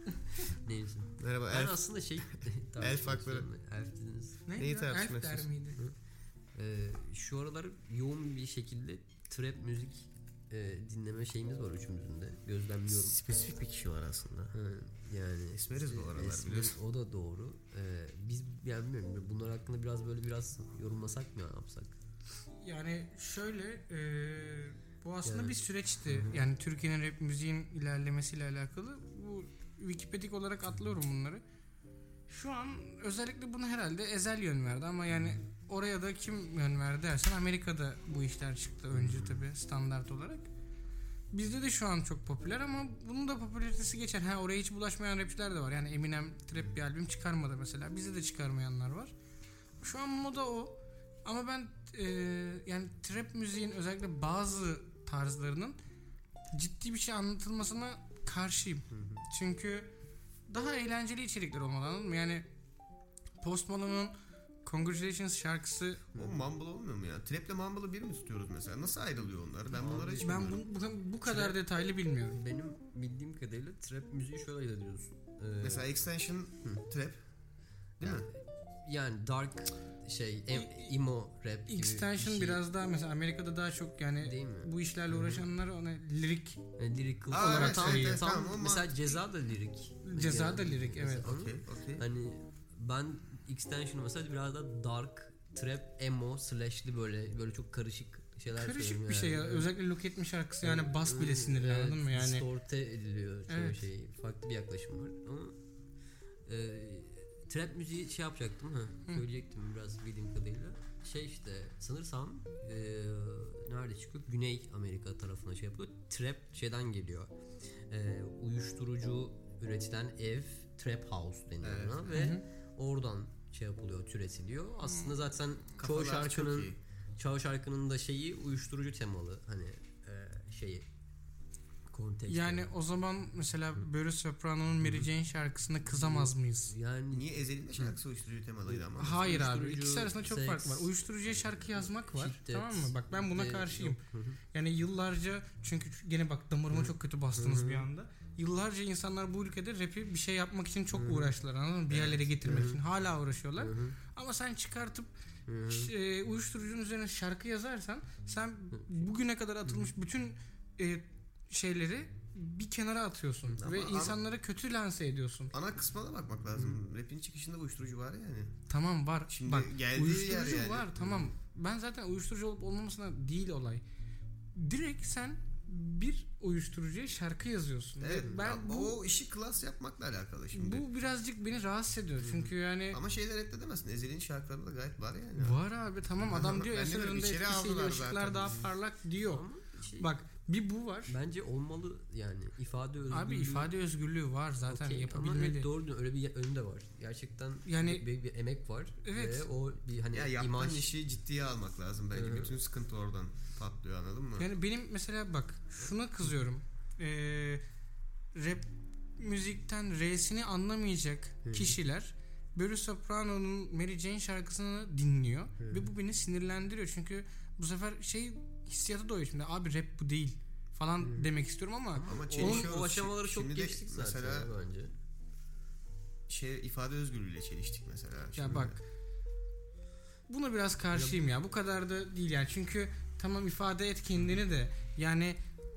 Neyse. Merhaba Ben Elf. aslında şey Elf hakları. Elf dediniz. Ne? Neyi ya? tartışmak Elf der istiyorsun? miydi? Ee, şu aralar yoğun bir şekilde trap müzik e, dinleme şeyimiz var üçümüzün de. Gözlemliyorum. Spesifik bir kişi var aslında. Ha, yani Esmeriz bu aralar, esmeriz, biliyorsun. o da doğru. Ee, biz yani bilmiyorum, bunlar hakkında biraz böyle biraz yorumlasak mı, yapsak? Yani şöyle e, bu aslında Yani- bir süreçti. Yani Türkiye'nin rap müziğin ilerlemesiyle alakalı. Bu Wikipedik olarak atlıyorum bunları. Şu an özellikle bunu herhalde Ezel yön verdi ama yani oraya da kim yön verdi dersen Amerika'da bu işler çıktı önce tabii standart olarak. Bizde de şu an çok popüler ama bunun da popülaritesi geçer. Ha, oraya hiç bulaşmayan rapçiler de var. Yani Eminem trap bir albüm çıkarmadı mesela. Bizde de çıkarmayanlar var. Şu an moda o. Ama ben e, yani trap müziğin özellikle bazı tarzlarının ciddi bir şey anlatılmasına karşıyım. Hı hı. Çünkü daha eğlenceli içerikler olmalı, anladın mı? Yani Post Malone'un Congratulations şarkısı... O mumble olmuyor mu ya? Trap'le mumble'ı bir mi tutuyoruz mesela? Nasıl ayrılıyor onlar? Ben bunları hiç ben bilmiyorum. bu, bu, bu kadar Trap, detaylı bilmiyorum. Benim bildiğim kadarıyla trap müziği şöyle ayırt ediyorsun. Ee, mesela Extension Hı. trap değil yani, mi? Yani dark şey emo rap gibi Extension bir şey. Biraz daha mesela Amerika'da daha çok yani bu işlerle uğraşanlar ona lirik yani lirik olarak evet, tam, sayıyor. tam, Tamam, mesela Ceza da lirik. Ceza yani, da lirik evet. Okay, okay. Hani ben Extension mesela biraz da dark trap emo slash'li böyle böyle çok karışık şeyler karışık bir yani. şey ya. Özellikle Look At Me şarkısı yani bas bile sinirli, evet, anladın mı yani? Distorte ediliyor çoğu evet. şey. Farklı bir yaklaşım var ama e, trap müziği şey yapacaktım ha. Hı. Söyleyecektim biraz bildiğim kadarıyla. Şey işte sanırsam e, nerede çıkıyor? Güney Amerika tarafına şey yapıyor. Trap şeyden geliyor. E, uyuşturucu üretilen ev trap house deniyor evet. ona ve Hı-hı. oradan şey yapılıyor, türetiliyor. Aslında zaten Kafalar çoğu şarkının çoğu şarkının da şeyi uyuşturucu temalı hani e, şeyi kontekst. Yani o zaman mesela Boris Soprano'nun Mary Jane şarkısına kızamaz mıyız? Yani niye Ezel'in de şarkısı uyuşturucu temalıydı ama? Hayır abi, ikisi arasında çok seks, fark var. Uyuşturucuya şarkı yazmak var. şiddet, tamam mı? Bak ben buna de, karşıyım. yok. Yani yıllarca, çünkü gene bak damarıma çok kötü bastınız bir anda. Yıllarca insanlar bu ülkede rap'i bir şey yapmak için çok uğraştılar, anladın mı? Bir yerlere getirmek için hala uğraşıyorlar. Ama sen çıkartıp e, uyuşturucunun üzerine şarkı yazarsan sen bugüne kadar atılmış bütün e, şeyleri bir kenara atıyorsun ama ve ana, insanlara kötü lanse ediyorsun. Ana kısmına da bakmak lazım. Hmm. Rap'in çıkışında uyuşturucu var yani. Tamam var. Şimdi bak uyuşturucu yer yani. var tamam. Hmm. Ben zaten uyuşturucu olup olmamasına değil olay. Direkt sen bir uyuşturucuya şarkı yazıyorsun. Evet, ben bu, bu o işi klas yapmakla alakalı şimdi. Bu birazcık beni rahatsız ediyor. Hmm. Çünkü yani ama şeyler reddedemezsin. Ezel'in şarkılarında da gayet var yani. Var abi tamam, adam diyor eserinde etkisiyle ışıklar daha zaten. parlak diyor. Şey, bak bir bu var. Bence olmalı yani ifade özgürlüğü. Abi ifade özgürlüğü var zaten okay, yapabilmeli. Ama evet, doğru öyle bir önü de var. Gerçekten yani bir, bir emek var. Evet. Ve o bir hani ya yaptığın imaj... işi ciddiye almak lazım bence. Ee, bütün sıkıntı oradan patlıyor, anladın mı? Yani benim mesela bak şuna kızıyorum. Ee, rap müzikten R'sini anlamayacak Hı. kişiler Boris Soprano'nun Mary Jane şarkısını dinliyor Hı. ve bu beni sinirlendiriyor. Çünkü bu sefer şey hissiyatı doğuyor şimdi. Abi rap bu değil falan hmm. demek istiyorum ama, ama onun, o aşamaları çok geçtik zaten mesela bence. Şey ifade özgürlüğüyle çeliştik mesela. Ya şimdi. bak buna biraz karşıyım ya. Bu kadar da değil yani. Çünkü tamam ifade et kendini de yani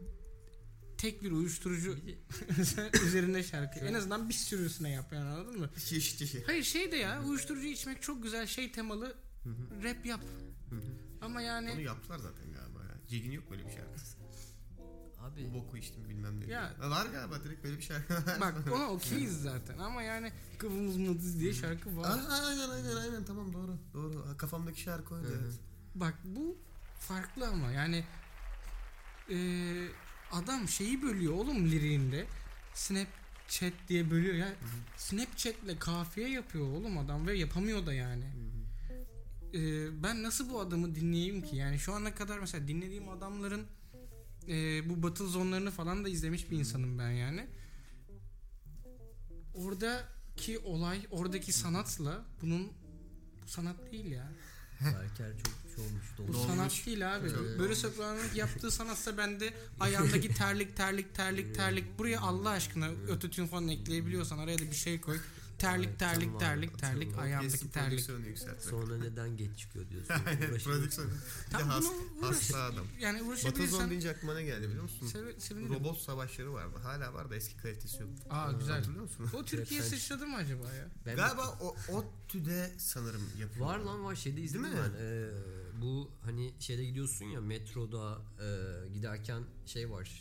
tek bir uyuşturucu üzerinde şarkı. En azından bir sürüsüne yap yani, anladın mı? Çeşitli. Hayır şey de ya uyuşturucu içmek çok güzel şey temalı rap yap. Ama yani onu yaptılar zaten galiba ya. Cegin yok böyle bir şarkısı. Abi bu boku içtim bilmem ne. Ya, var galiba direkt böyle bir şarkı. Bak ona okeyiz zaten ama yani kıvımız mıdız diye şarkı var. Aa, aynen aynen aynen tamam doğru. Doğru. Kafamdaki şarkı oydu. Evet. Bak bu farklı ama yani e, adam şeyi bölüyor oğlum liriğinde. Snapchat diye bölüyor ya. Snapchat'le kafiye yapıyor oğlum adam ve yapamıyor da yani. Ee, ben nasıl bu adamı dinleyeyim ki? Yani şu ana kadar mesela dinlediğim adamların e, bu battle zonlarını falan da izlemiş bir insanım ben yani. Oradaki olay, oradaki sanatla bunun bu sanat değil ya. Berker çok şey olmuş. Bu dolmuş. Sanat değil abi. Çok böyle Soprano'nun yaptığı sanatsa ben de ayağındaki terlik terlik terlik terlik buraya Allah aşkına ötotune falan ekleyebiliyorsan araya da bir şey koy. Terlik terlik tamam, terlik terlik tamam, ayağımdaki terlik. Sonra neden geç çıkıyor diyorsun. Prodüksiyon. Bir de has, hasta adam. Yani uğraşabilirsen. Battlezone deyince aklıma ne geldi biliyor musun? Sev, Robot savaşları vardı. Hala var da eski kalitesi yok. Aa güzel. Hatırlıyor musun? O Türkiye sıçradı mı acaba ya? Ben galiba o ODTÜ'de sanırım yapıyor. Var lan var şeyde izledim ben. Ee, bu hani şeyde gidiyorsun ya metroda e, giderken şey var.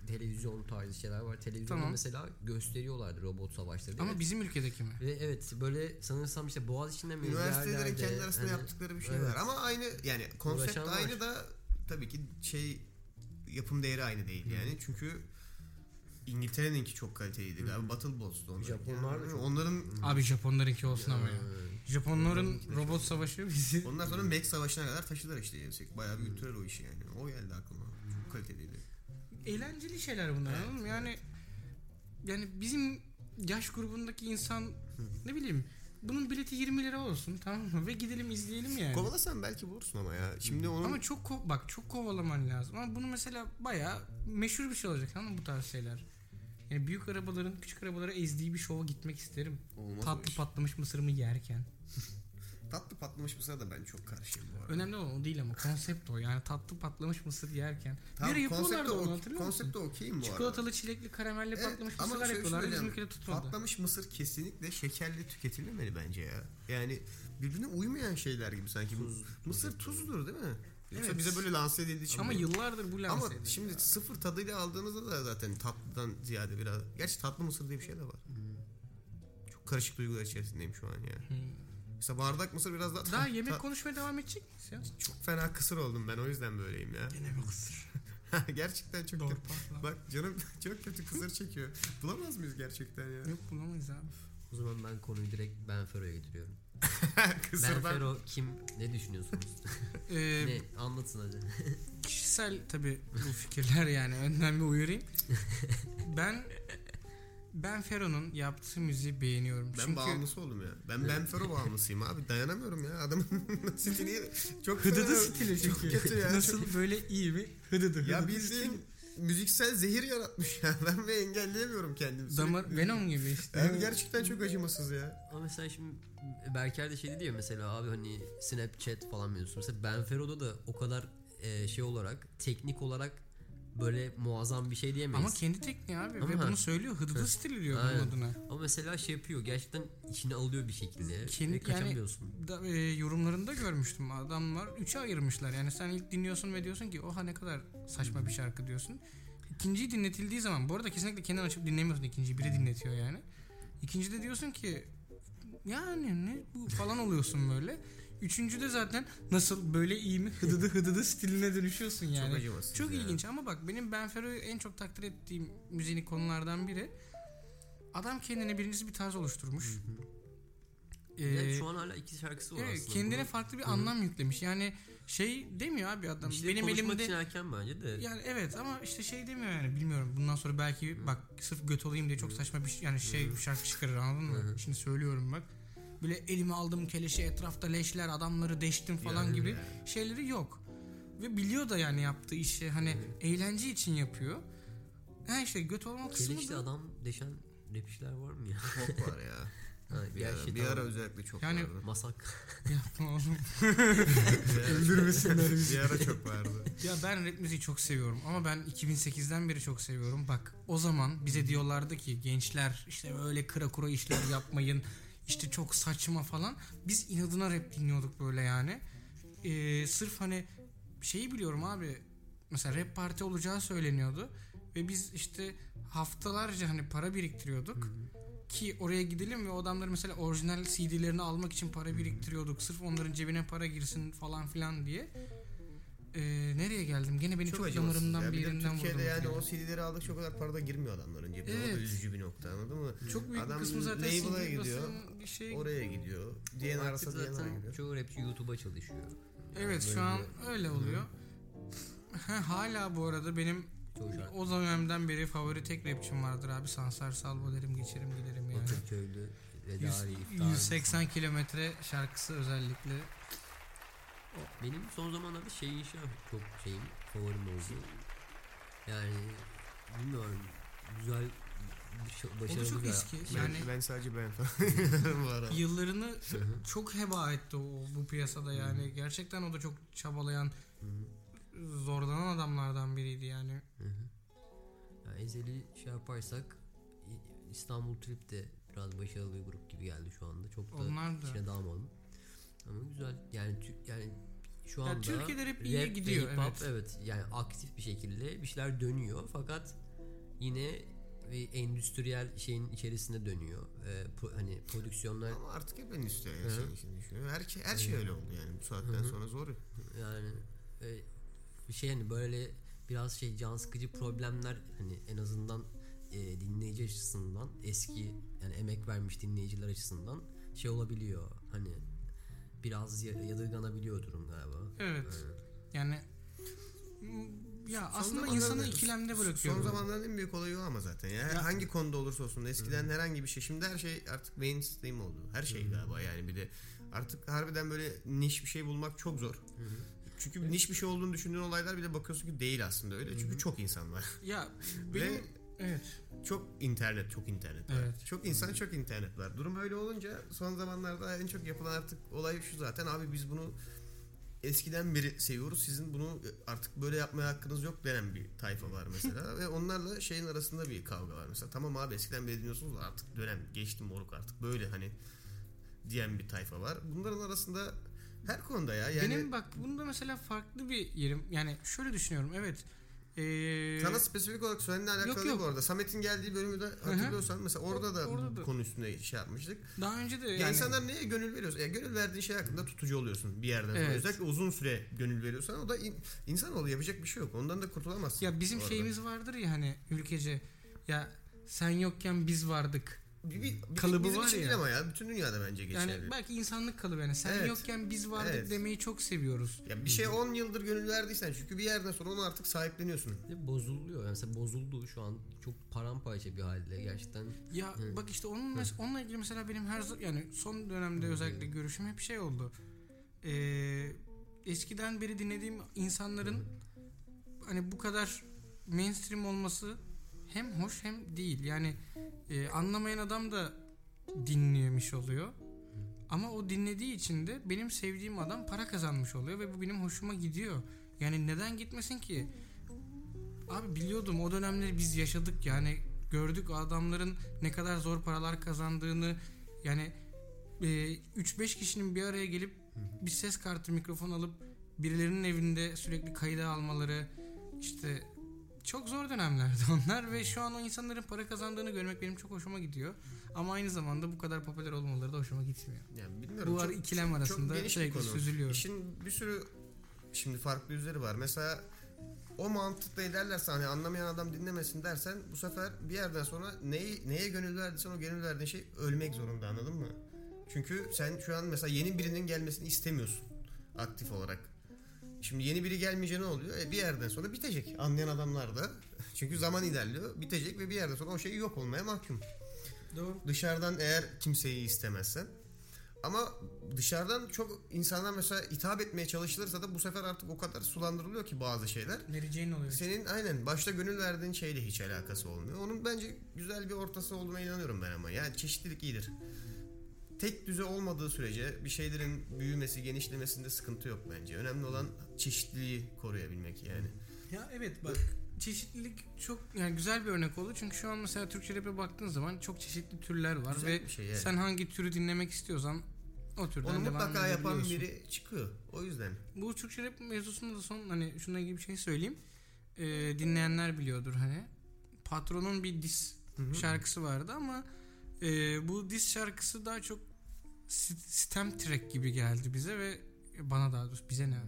televizyon tarzı şeyler var. Televizyonda Tamam. mesela gösteriyorlardı robot savaşları. Ama Evet. bizim ülkedeki mi? Ve evet böyle sanırsam işte Boğaziçi'nde mi? Üniversitelerin yerlerde, kendi arasında hani- yaptıkları bir şey evet. var. Ama aynı yani konsept Uğraşan var. aynı da tabii ki şey yapım değeri aynı değil yani. Çünkü İngiltere'ninki çok kaliteliydi galiba. Battle Bots'tu onlar. Japonlar da çok- Onların Abi Japonlarınki olsun ama ya. Ee, Japonların robot savaşı bizi... ondan sonra Mech Savaşı'na kadar taşıdılar işte gelsek. Bayağı bir götürür o işi yani. O geldi aklıma. Çok kaliteliydi. Eğlenceli şeyler bunlar anladın mı? Yani yani bizim yaş grubundaki insan ne bileyim bunun bileti yirmi lira olsun tamam mı? Ve gidelim izleyelim yani. Kovalasan belki bulursun ama ya. Şimdi onun Ama çok ko- bak çok kovalaman lazım. Ama bunu mesela bayağı meşhur bir şey olacak tamam mı bu tarz şeyler. Yani büyük arabaların küçük arabalara ezdiği bir şova gitmek isterim. olmaz o Tatlı iş. patlamış mısırımı yerken. Tatlı patlamış mısır da ben çok karşıyım bu arada. Önemli olan o değil ama konsept o. Yani tatlı patlamış mısır yerken. Tamam, Bir ara yapıyorlardı konsepte onu o- hatırlıyor musun? konsepte okeyim bu arada. Çikolatalı, çilekli, karamelli Evet, patlamış ama mısırlar şöyle yapıyorlardı. Bizim söyleyeyim, ülkede tutmadı. patlamış mısır kesinlikle şekerli tüketilmemeli bence ya. Yani birbirine uymayan şeyler gibi sanki. Tuz, mısır tuzdur değil mi? Yoksa Evet. bize böyle lanse edildiği için Ama mi? yıllardır bu lanse Ama edildi. şimdi sıfır tadıyla aldığınızda da zaten tatlıdan ziyade biraz. Gerçi tatlı mısır diye bir şey de var. Çok karışık duygular içerisindeyim şu an ya. Hmm. Mesela bardak mısır biraz daha... Daha ta- yemek ta- konuşmaya devam edecek miyiz ya? Çok fena kısır oldum ben o yüzden böyleyim ya. Gene mi kısır? Gerçekten çok Doğru kötü. patla. Bak canım çok kötü kısır çekiyor. Bulamaz mıyız gerçekten ya? Yok bulamayız abi. O zaman ben konuyu direkt Ben Fero'ya getiriyorum. Ben Kısırdan Fero kim? Ne düşünüyorsunuz? Ee, ne? Anlatın hadi. kişisel tabii bu fikirler yani önden bir uyarayım. Ben Ben Fero'nun yaptığı müziği beğeniyorum. ben Çünkü bağımlısı oldum ya. Ben Ben Fero bağımlısıyım abi. Dayanamıyorum ya. Adamın stili çok hıdıdı fena- stili çok çünkü. kötü ya. Nasıl böyle iyi mi? Hıdıdı. Ya hıdıdı bildiğin müziksel zehir yaratmış ya. Ben ve engelleyemiyorum kendimi. damar Sürekli- Venom gibi işte. Abi gerçekten çok acımasız ya. Ama mesela şimdi Berker de şey dedi ya mesela abi hani Snapchat falan mevzusu. Mesela Ben Fero'da da o kadar e, şey olarak teknik olarak böyle muazzam bir şey diyemeyiz. Ama kendi tekniği abi Ama ve ha. bunu söylüyor. Hıdıdı Ha. stili diyor Aynen. bunun adına. Ama mesela şey yapıyor gerçekten içine alıyor bir şekilde Kendi- ve kaçamıyorsun. Da, e, yorumlarında görmüştüm adamlar üçe ayırmışlar. Yani sen ilk dinliyorsun ve diyorsun ki oha ne kadar saçma bir şarkı diyorsun. İkinciyi dinletildiği zaman bu arada kesinlikle kendin açıp dinlemiyorsun ikinciyi biri dinletiyor yani. İkincide diyorsun ki yani ne bu falan oluyorsun böyle. Üçüncüde zaten nasıl böyle iyi mi hıdıdı hıdıdı stiline dönüşüyorsun yani. Çok acımasız Çok ya. ilginç ama bak benim Ben Fero'yu en çok takdir ettiğim müziğin konulardan biri. Adam kendine birincisi bir tarz oluşturmuş. Ee, Yani şu an hala iki şarkısı var evet, aslında. kendine Bunu- farklı bir Hı hı. anlam yüklemiş. Yani şey demiyor abi adam. İşte benim konuşmak elimde için erken bence de. yani evet ama işte şey demiyor yani bilmiyorum. Bundan sonra belki bak sırf göt olayım diye çok saçma bir şey- yani şey bir şarkı çıkarır anladın mı? Hı hı. Şimdi söylüyorum bak. Böyle elime aldım keleşi etrafta leşler adamları deştim falan Yani gibi ya. şeyleri yok. Ve biliyor da yani yaptığı işi hani eğlence için yapıyor. Ha işte göt olma kısmı Keleşli da adam deşen rapçiler var mı ya? Çok var ya. Ha, Bir gerçi ara, bir tamam. ara özellikle çok Yani- vardı. Masak. yapma oğlum. Bir ara- Öldürmesinler bizi. Bir ara çok vardı. Ya ben rap müziği çok seviyorum ama ben iki bin sekizden beri çok seviyorum. Bak o zaman bize diyorlardı ki gençler işte öyle kıra kura işler yapmayın. İşte çok saçma falan. Biz inadına rap dinliyorduk böyle yani. Ee, sırf hani şeyi biliyorum abi. Mesela rap parti olacağı söyleniyordu. Ve biz işte haftalarca hani para biriktiriyorduk. Ki oraya gidelim ve o adamları mesela orijinal C D'lerini almak için para biriktiriyorduk. Sırf onların cebine para girsin falan filan diye. Ee, nereye geldim? Gene beni çok, acımasız damarımdan ya. bir Bir de yerinden Türkiye'de vurdunuz yani yani. o C D'leri aldıkça o kadar para da girmiyor adamların cebine. O da Evet. üzücü bir nokta anladın mı? Çok büyük Adam bir kısmı zaten label'a C D gidiyor. basın bir şey. Oraya gidiyor. D N Artık R'sa D N R'a zaten gidiyor. çoğu rapçi YouTube'a çalışıyor. Evet Yani şu an böyle öyle oluyor. Ha, hala bu arada benim çoğu şarkı. o dönemden beri favori tek rapçim vardır abi. Sansar Salvo derim geçerim giderim yani. Bakırköylü, Vedari, yüz- İftar. yüz seksen kilometre şarkısı özellikle. Benim son zamanlarda şey işi çok şeyim favorim oldu. Yani bilmiyorum güzel O da başarılı çok bir eski. Ben, Yani ben sadece ben falan. Bu arada. yıllarını Hı hı. çok heba etti o bu piyasada yani. Gerçekten o da çok çabalayan, Hı hı. zorlanan adamlardan biriydi yani. Hı hı. Yani Ezeli şey yaparsak İ- İstanbul Trip de biraz başarılı bir grup gibi geldi şu anda. Çok da Onlar da. içine dalmadım. Ama güzel. Yani Türk yani şu Ya anda Türkiye'de rap iyiye rap ve gidiyor, hip hop, evet. evet. Yani aktif bir şekilde bir şeyler dönüyor fakat yine bir endüstriyel şeyin içerisine dönüyor. Ee, pro- hani prodüksiyonlar Ama artık hep endüstriyel Hı hı. şeyin içinde düşünüyor. Her, şey- her şey öyle oldu yani. Bu saatten Hı hı. sonra zor. yani e, bir şey hani böyle biraz şey can sıkıcı problemler hani en azından e, dinleyici açısından eski yani emek vermiş dinleyiciler açısından şey olabiliyor hani biraz ya- yadırganabiliyor durum galiba. Evet. Yani m, ya Son aslında zamanlarda- insanı ikilemde bırakıyor. Son bu. zamanların en büyük olayı o ama zaten. Ya. Ya- Hangi konuda olursa olsun. Eskiden herhangi bir şey. Şimdi her şey artık mainstream oldu. Her şey galiba yani bir de. Artık harbiden böyle niş bir şey bulmak çok zor. Çünkü niş bir şey olduğunu düşündüğün olaylar bile bakıyorsun ki değil aslında öyle. Çünkü çok insan var. Ya benim Ve evet. çok internet, çok internet var. Evet. Çok insan, çok internet var. Durum öyle olunca son zamanlarda en çok yapılan artık olay şu zaten. Abi biz bunu eskiden beri seviyoruz. Sizin bunu artık böyle yapmaya hakkınız yok denen bir tayfa var mesela. Ve onlarla şeyin arasında bir kavga var mesela. Tamam abi eskiden beri dinliyorsunuz artık dönem geçti moruk artık böyle hani diyen bir tayfa var. Bunların arasında her konuda ya. Yani Benim bak bunda mesela farklı bir yerim. Yani şöyle düşünüyorum. Evet. Ee, sana spesifik olarak seninle alakalı Yok, değil yok. bu arada. Samet'in geldiği bölümü de hatırlıyorsan mesela orada da Orada bu da. konu üstünde şey yapmıştık. daha önce de Ya yani insanlar neye gönül veriyorsa, ya gönül verdiğin şey hakkında tutucu oluyorsun bir yerden sonra. Evet. Özellikle uzun süre gönül veriyorsan o da in, insanoğlu yapacak bir şey yok. Ondan da kurtulamazsın. ya bizim bu arada. şeyimiz vardır ya hani ülkece ya sen yokken biz vardık. bir, bir, bir, kalıbı bizim var için ya. değil ama ya bütün dünyada bence geçerli. Yani belki insanlık kalıbı yani sen Evet. yokken biz vardık Evet. demeyi çok seviyoruz. Ya bir şey on yıldır gönül verdiysen çünkü bir yerden sonra onu artık sahipleniyorsun. Ve bozuluyor yani mesela bozuldu şu an çok paramparça bir halde gerçekten. Ya Hı. bak işte onun mes- onunla ilgili mesela benim her za- yani son dönemde özellikle görüşüm hep şey oldu. Ee, eskiden beri dinlediğim insanların hani bu kadar mainstream olması hem hoş hem değil. Yani e, anlamayan adam da dinlemiş oluyor. Ama o dinlediği için de benim sevdiğim adam para kazanmış oluyor ve bu benim hoşuma gidiyor. Yani neden gitmesin ki? Abi biliyordum o dönemleri biz yaşadık yani gördük o adamların ne kadar zor paralar kazandığını yani e, üç beş kişinin bir araya gelip bir ses kartı mikrofon alıp birilerinin evinde sürekli kayda almaları işte çok zor dönemlerdi onlar ve şu an o insanların para kazandığını görmek benim çok hoşuma gidiyor. Ama aynı zamanda bu kadar popüler olmaları da hoşuma gitmiyor. Yani bilmiyorum. Bu ara çok- ikilem arasında geniş bir sürekli konu. süzülüyorum. İşin bir sürü şimdi farklı yüzleri var. Mesela o mantıkla ilerlersen hani anlamayan adam dinlemesin dersen bu sefer bir yerden sonra neyi, neye gönül verdiysen o gönül verdiğin şey ölmek zorunda anladın mı? Çünkü sen şu an mesela yeni birinin gelmesini istemiyorsun aktif olarak. Şimdi yeni biri gelmeyince ne oluyor? E bir yerden sonra bitecek. Anlayan adamlar da. Çünkü zaman ilerliyor. Bitecek ve bir yerden sonra o şey yok olmaya mahkum. Doğru. Dışarıdan eğer kimseyi istemezsen. Ama dışarıdan çok insanlar mesela hitap etmeye çalışılırsa da bu sefer artık o kadar sulandırılıyor ki bazı şeyler. Mary Jane oluyor. Senin aynen başta gönül verdiğin şeyle hiç alakası olmuyor. Onun bence güzel bir ortası olduğuna inanıyorum ben ama. Yani çeşitlilik iyidir. Tek düze olmadığı sürece bir şeylerin büyümesi, genişlemesinde sıkıntı yok bence. Önemli olan çeşitliliği koruyabilmek yani. Ya evet bak çeşitlilik çok yani güzel bir örnek oldu. Çünkü şu an mesela Türkçe rap'e baktığın zaman çok çeşitli türler var Güzel ve bir şey yani. sen hangi türü dinlemek istiyorsan o türden Onu devam mutlaka yapan edebiliyorsun. biri çıkıyor. O yüzden. Bu Türkçe rap mevzusunda da son hani şununla ilgili bir şey söyleyeyim. Ee, dinleyenler biliyordur hani. Patron'un bir diss Hı-hı. şarkısı vardı ama e, bu diss şarkısı daha çok sit- stem track gibi geldi bize ve bana daha doğrusu bize ne?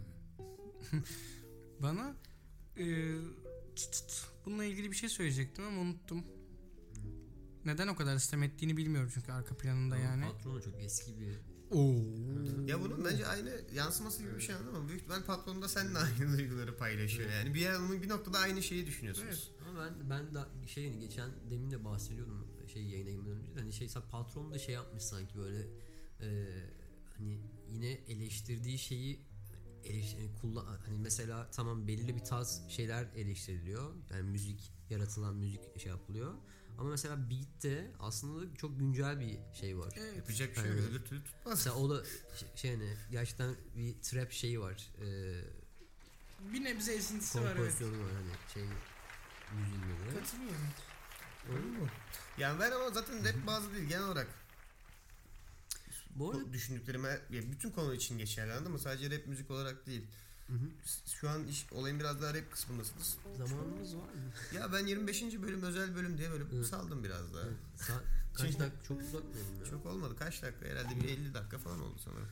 Bana e, tut, tut, bununla ilgili bir şey söyleyecektim ama unuttum. Neden o kadar sistem ettiğini bilmiyorum çünkü arka planında yani. Patronu çok eski bir Oo. Ya bunun bence aynı yansıması gibi bir şey anladın mı? Büyük ihtimal patron da seninle aynı duyguları paylaşıyor. Yani bir yer, bir noktada aynı şeyi düşünüyorsunuz. ama ben ben de şey hani geçen demin de bahsediyordum şey yayına girmeden önce de, hani şey patron da şey yapmış sanki böyle e, hani yine eleştirdiği şeyi eleştir, hani, kullan, hani mesela tamam belirli bir tarz şeyler eleştiriliyor yani müzik yaratılan müzik şey yapılıyor ama mesela beat'te aslında çok güncel bir şey var. Evet. Yapacak bir şey Yani- yok. Öbür türlü tutmaz. Mesela o da şey, şey hani gerçekten bir trap şeyi var. E, Bir nebze esintisi var evet. kompozisyonu var hani şey müziğinde de. Katılıyorum. Öyle mi? Yani ben ama zaten rap bazı değil genel olarak Bu arada bu düşündüklerime ya bütün konu için geçerli anladın mı? Sadece rap müzik olarak değil. hı. Şu an iş, olayın biraz daha rap kısmındasınız. Zamanımız var mı? Ya ben yirmi beşinci bölüm özel bölüm diye böyle Hı. saldım biraz daha. Sa- kaç Çünkü- dakika çok uzatmayalım ya. Çok olmadı. Kaç dakika? Herhalde bir elli dakika falan oldu sanırım.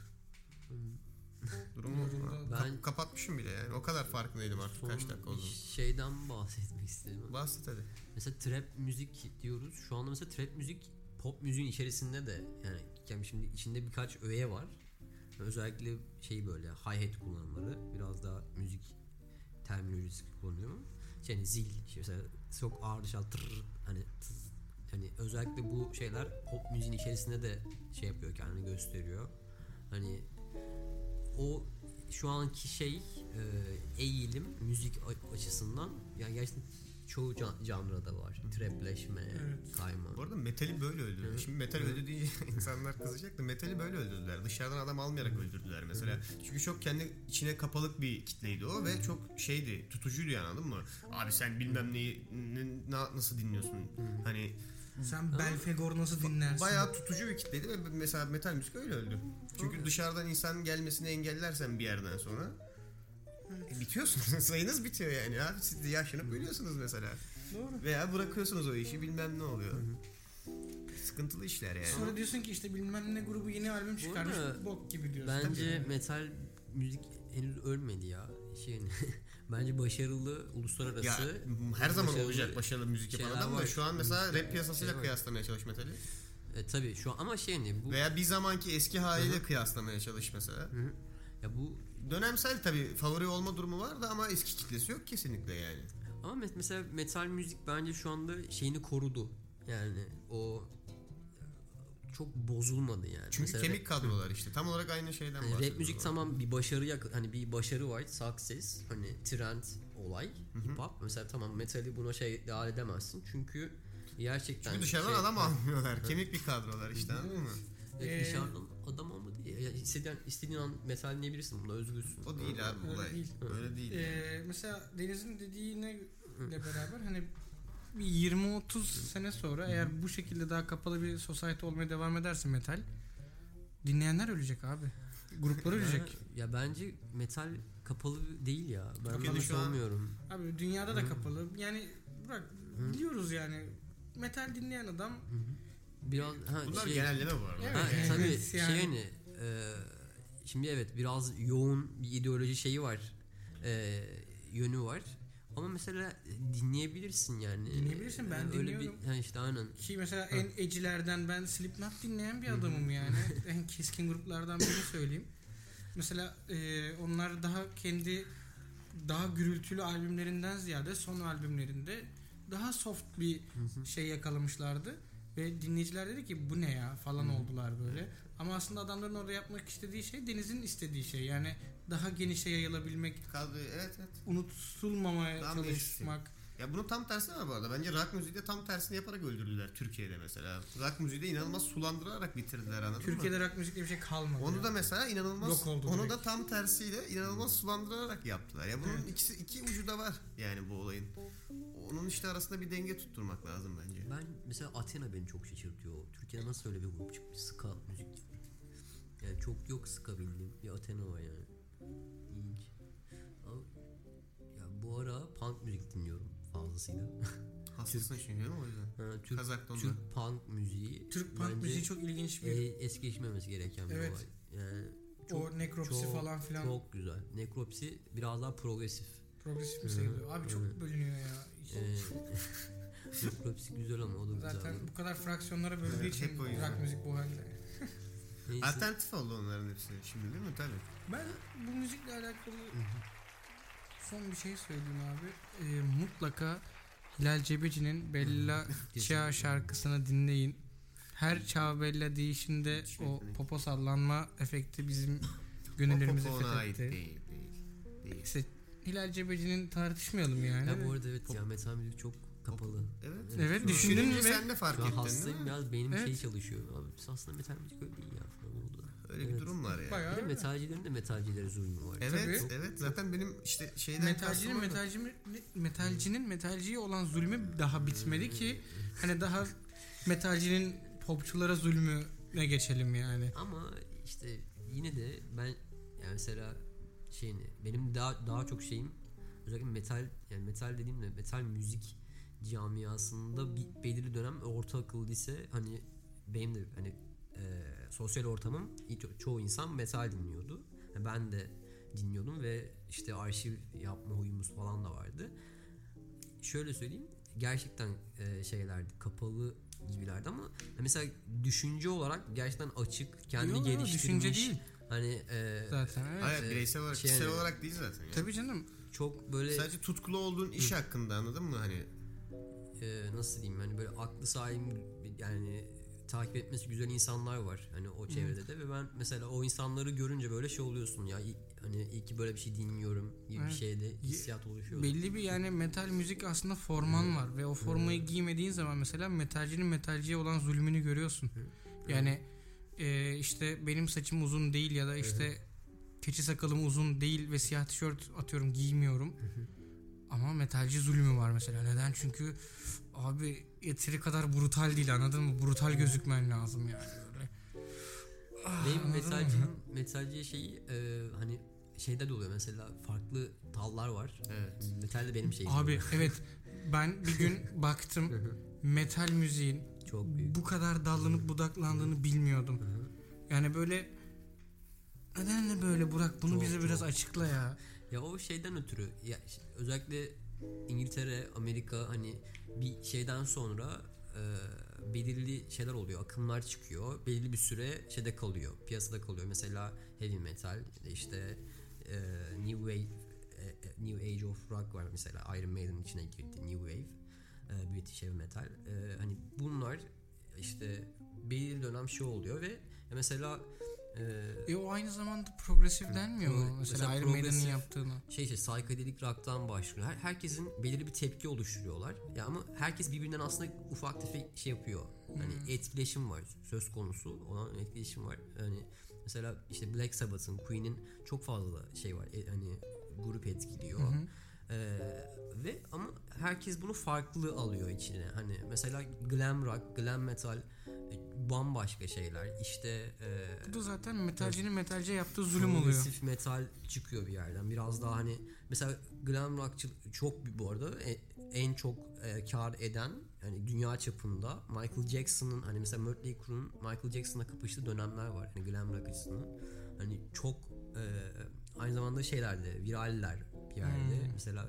Durumu Yoruldu. kap- Ben- kapatmışım bile yani. O kadar farkındaydım artık Son kaç dakika bir olduğunu. şeyden bahsetmek istedim. Bahset hadi. Mesela trap müzik diyoruz. Şu anda mesela trap müzik pop müziğin içerisinde de yani, yani şimdi içinde birkaç öğe var. Özellikle şey böyle hi-hat kullanımları biraz daha müzik terminolojisi kullanıyorum. Şey hani zil işte mesela çok ağır dışarı tırr, hani tız, hani özellikle bu şeyler pop müziğin içerisinde de şey yapıyor, kendini gösteriyor. Hani o şu anki şey e, eğilim müzik açısından yani gerçekten çoğu can, janrada var. Trapleşme, Evet. kayma. Bu arada metali böyle öldürdüler. Evet. Şimdi metal öldü deyince insanlar kızacak da metali böyle öldürdüler. Dışarıdan adam almayarak öldürdüler mesela. Çünkü çok kendi içine kapalık bir kitleydi o ve çok şeydi, tutucuydu yani, anladın mı? Abi sen bilmem neyi ne, na- nasıl dinliyorsun? Hani Sen Belfegor nasıl dinlersin? bayağı tutucu bir kitleydi ve mesela metal müzik öyle öldü. Çünkü Doğru. dışarıdan insanın gelmesini engellersen bir yerden sonra e, bitiyorsunuz. Sayınız bitiyor yani. Abi siz de yaşlanıp ölüyorsunuz mesela. Doğru. Veya bırakıyorsunuz o işi, bilmem ne oluyor. Sıkıntılı işler yani. Sonra diyorsun ki işte bilmem ne grubu yeni albüm çıkarmış, arada bok gibi diyorsun. Bence Tabii. metal müzik henüz ölmedi ya. Şey bence başarılı uluslararası. Ya her zaman başarılı olacak başarılı müzik yapan şeyler adam da var. şu an mesela rap piyasasıyla Şey var. kıyaslamaya çalış metali. E, tabii şu an ama şey ne bu Veya bir zamanki eski haliyle Hı hı. kıyaslamaya çalış mesela. Hı. ya bu Dönemsel tabii favori olma durumu var da ama eski kitlesi yok kesinlikle yani. ama mes- mesela metal müzik bence şu anda şeyini korudu. Yani o çok bozulmadı yani. Çünkü Mesela kemik kadrolar işte. Tam olarak aynı şeyden hani bahsediyoruz. rap müzik tamam bir başarı yak- hani bir başarı var, success, hani trend olay, hip hop. Mesela tamam metali buna şey dahil edemezsin çünkü gerçekten Çünkü dışarıdan şey- adam almıyorlar. Kemik bir kadrolar işte, anladın mı? Evet, Ee, dışarıdan adam olmadı ya. Yani istediğin, istediğin an metal dinleyebilirsin. Bunda özgürsün. O değil abi Öyle olay. değil. Öyle değil. Ee, mesela Deniz'in dediğine ile beraber hani bir yirmi otuz sene sonra eğer bu şekilde daha kapalı bir society olmaya devam ederse metal, dinleyenler ölecek abi. Gruplar ölecek. Ya, ya bence metal kapalı değil ya. Ben Türkiye'de bunu şu an- savunmuyorum. Abi dünyada da kapalı. Yani bırak biliyoruz yani metal dinleyen adam Biraz ha, Bunlar şey, genelleme bu arada. Evet. ha, yani. tabii Evet, şey yani. hani e, şimdi evet biraz yoğun bir ideoloji şeyi var. E, yönü var. Ama mesela dinleyebilirsin yani. Dinleyebilirsin, ben Yani öyle dinliyorum. Bir, ha işte aynen. ki mesela en ecilerden ben Slipknot dinleyen bir adamım yani. En keskin gruplardan birini söyleyeyim. Mesela e, onlar daha kendi daha gürültülü albümlerinden ziyade son albümlerinde daha soft bir şey yakalamışlardı ve dinleyiciler dedi ki bu ne ya falan oldular böyle. Ama aslında adamların orada yapmak istediği şey Deniz'in istediği şey. Yani daha genişe yayılabilmek, Kadro, evet evet. unutulmamaya Daha çalışmak. Ya bunun tam tersi var bu arada. Bence rock müziği de tam tersini yaparak öldürdüler Türkiye'de mesela. Rock müziği de inanılmaz sulandırarak bitirdiler, anladın mı? Türkiye'de rock müzik diye bir şey kalmadı. Onu ya. da mesela inanılmaz Yok oldu onu direkt. da tam tersiyle inanılmaz sulandırarak yaptılar. Ya bunun ikisi iki ucu da var yani bu olayın. Onun işte arasında bir denge tutturmak lazım bence. Ben mesela Athena beni çok şaşırtıyor. Türkiye'de nasıl öyle bir grup çıkmış? Ska müzik. Yani çok yok ska bildiğim. Bir Athena var yani. İlginç. Ama ya bu ara punk müzik dinliyorum fazlasıyla. Hastasın çünkü değil mi o yüzden? Ha, Türk, Kazak da ondan. Türk punk müziği. Türk punk bence, müziği çok ilginç bir e, es geçmemesi gereken bir Evet. olay. Yani çok, o nekropsi çok, falan filan Çok güzel. Nekropsi biraz daha progresif. progresif mi sayılıyor? Abi çok Hı. bölünüyor ya. Ee, nekropsi güzel ama o da güzel. Zaten bu kadar fraksiyonlara böldüğü Evet, için hep o yüzden. rock müzik bu halde. Neyse. Alternatif oldu onların hepsi şimdi değil mi? Tabii. Ben bu müzikle alakalı son bir şey söyleyeyim abi. Ee, mutlaka Hilal Cebeci'nin Bella Ciao şarkısını dinleyin. Her Ciao Bella deyişinde Hiç o beklemeyin. popo sallanma efekti bizim O gönüllerimizi popo ona ait fethetti. değil. değil, değil. İşte Hilal Cebeci'nin tartışmayalım yani. Ya bu arada evet ya metal müzik çok kapalı. Evet. Evet, şu an- düşündün Düşününce mü? sen de fark Şu an ettin değil hastayım mi? biraz beynim Evet. şey çalışıyor. Abi biz aslında metal müzik öyle değil ya falan oldu. Öyle bir Evet. durum var ya. Bayağı Bir de öyle. metalcilerin de metalcilere zulmü var. Evet, Tabii. evet. Zaten benim işte şeyden Metalcinin kastım o. metalci, metalcinin metalciye olan zulmü daha bitmedi ki hani daha metalcinin popçulara zulmüne geçelim yani. Ama işte yine de ben yani mesela şeyini. Benim daha daha çok şeyim özellikle metal, yani metal dediğimde metal müzik camiasında bir belirli dönem orta akıl lise, hani benim de hani e, sosyal ortamım ço- çoğu insan metal dinliyordu. Yani ben de dinliyordum ve işte arşiv yapma huyumuz falan da vardı. Şöyle söyleyeyim, gerçekten e, şeylerdi, kapalı gibilerdi ama mesela düşünce olarak gerçekten açık, kendi Yok, geliştirmiş. düşünce değil. Hani e, Zaten evet. Hayır, e, bireysel olarak, şey kişisel yani- olarak değil zaten. Yani. Tabii canım. çok böyle Sadece tutkulu olduğun iş hakkında, anladın mı? Hani e, nasıl diyeyim, hani böyle aklı sahibi, yani takip etmesi güzel insanlar var hani o çevrede de ve ben mesela o insanları görünce böyle şey oluyorsun ya, iyi- hani iyi ki böyle bir şey dinliyorum gibi Evet. bir şeyde hissiyat oluşuyor. Belli bir yani metal müzik aslında forman var ve o formayı giymediğin zaman mesela metalcinin metalciye olan zulmünü görüyorsun. Yani e, işte benim saçım uzun değil ya da işte keçi sakalım uzun değil ve siyah tişört atıyorum giymiyorum. Ama metalci zulmü var mesela. Neden? Çünkü abi yeteri kadar brutal değil, anladın mı? Brutal gözükmen lazım yani böyle. Ah, Benim anladın mı? metalcinin metalci şeyi e, hani şeyde de oluyor mesela, farklı dallar var. evet. Metal de benim şeyim. Abi evet, ben bir gün baktım metal müziğin Çok büyük. bu kadar dallanıp budaklandığını bilmiyordum. Yani böyle neden böyle Burak, bunu Çok, bize biraz çok. açıkla ya. Ya o şeyden ötürü ya, özellikle İngiltere, Amerika, hani bir şeyden sonra e, belirli şeyler oluyor, akımlar çıkıyor, belirli bir süre şeyde kalıyor, piyasada kalıyor. Mesela heavy metal, işte e, new wave, e, new age of rock var mesela, Iron Maiden'in içine girdi new wave, e, British heavy metal. E, hani bunlar işte belirli dönem şey oluyor ve mesela e, E o aynı zamanda progresif denmiyor Pro- mu? Mesela, mesela Iron Maiden'in progresif- yaptığını. şey işte psychedelic rock'tan başlıyor. Her, herkesin belirli bir tepki oluşturuyorlar. Ya ama herkes birbirinden aslında ufak tefek şey yapıyor. Hani etkileşim var söz konusu. Olan etkileşim var. Hani mesela işte Black Sabbath'ın, Queen'in çok fazla şey var. E, hani grup etkiliyor. Hı hı. Ee, ve ama herkes bunu farklı alıyor içine. Hani mesela glam rock, glam metal e, bambaşka şeyler. İşte e, Bu da zaten metalcinin metalciye yaptığı zulüm oluyor. progresif metal çıkıyor bir yerden. Biraz daha hani mesela glam rockçı çok bu arada e, en çok e, kar eden, hani dünya çapında Michael Jackson'ın, hani mesela Mötley Crue'nun Michael Jackson'la kapıştığı dönemler var. Hani glam rock açısından. Hani çok e, aynı zamanda şeylerde viraller bir yerde Hmm. mesela,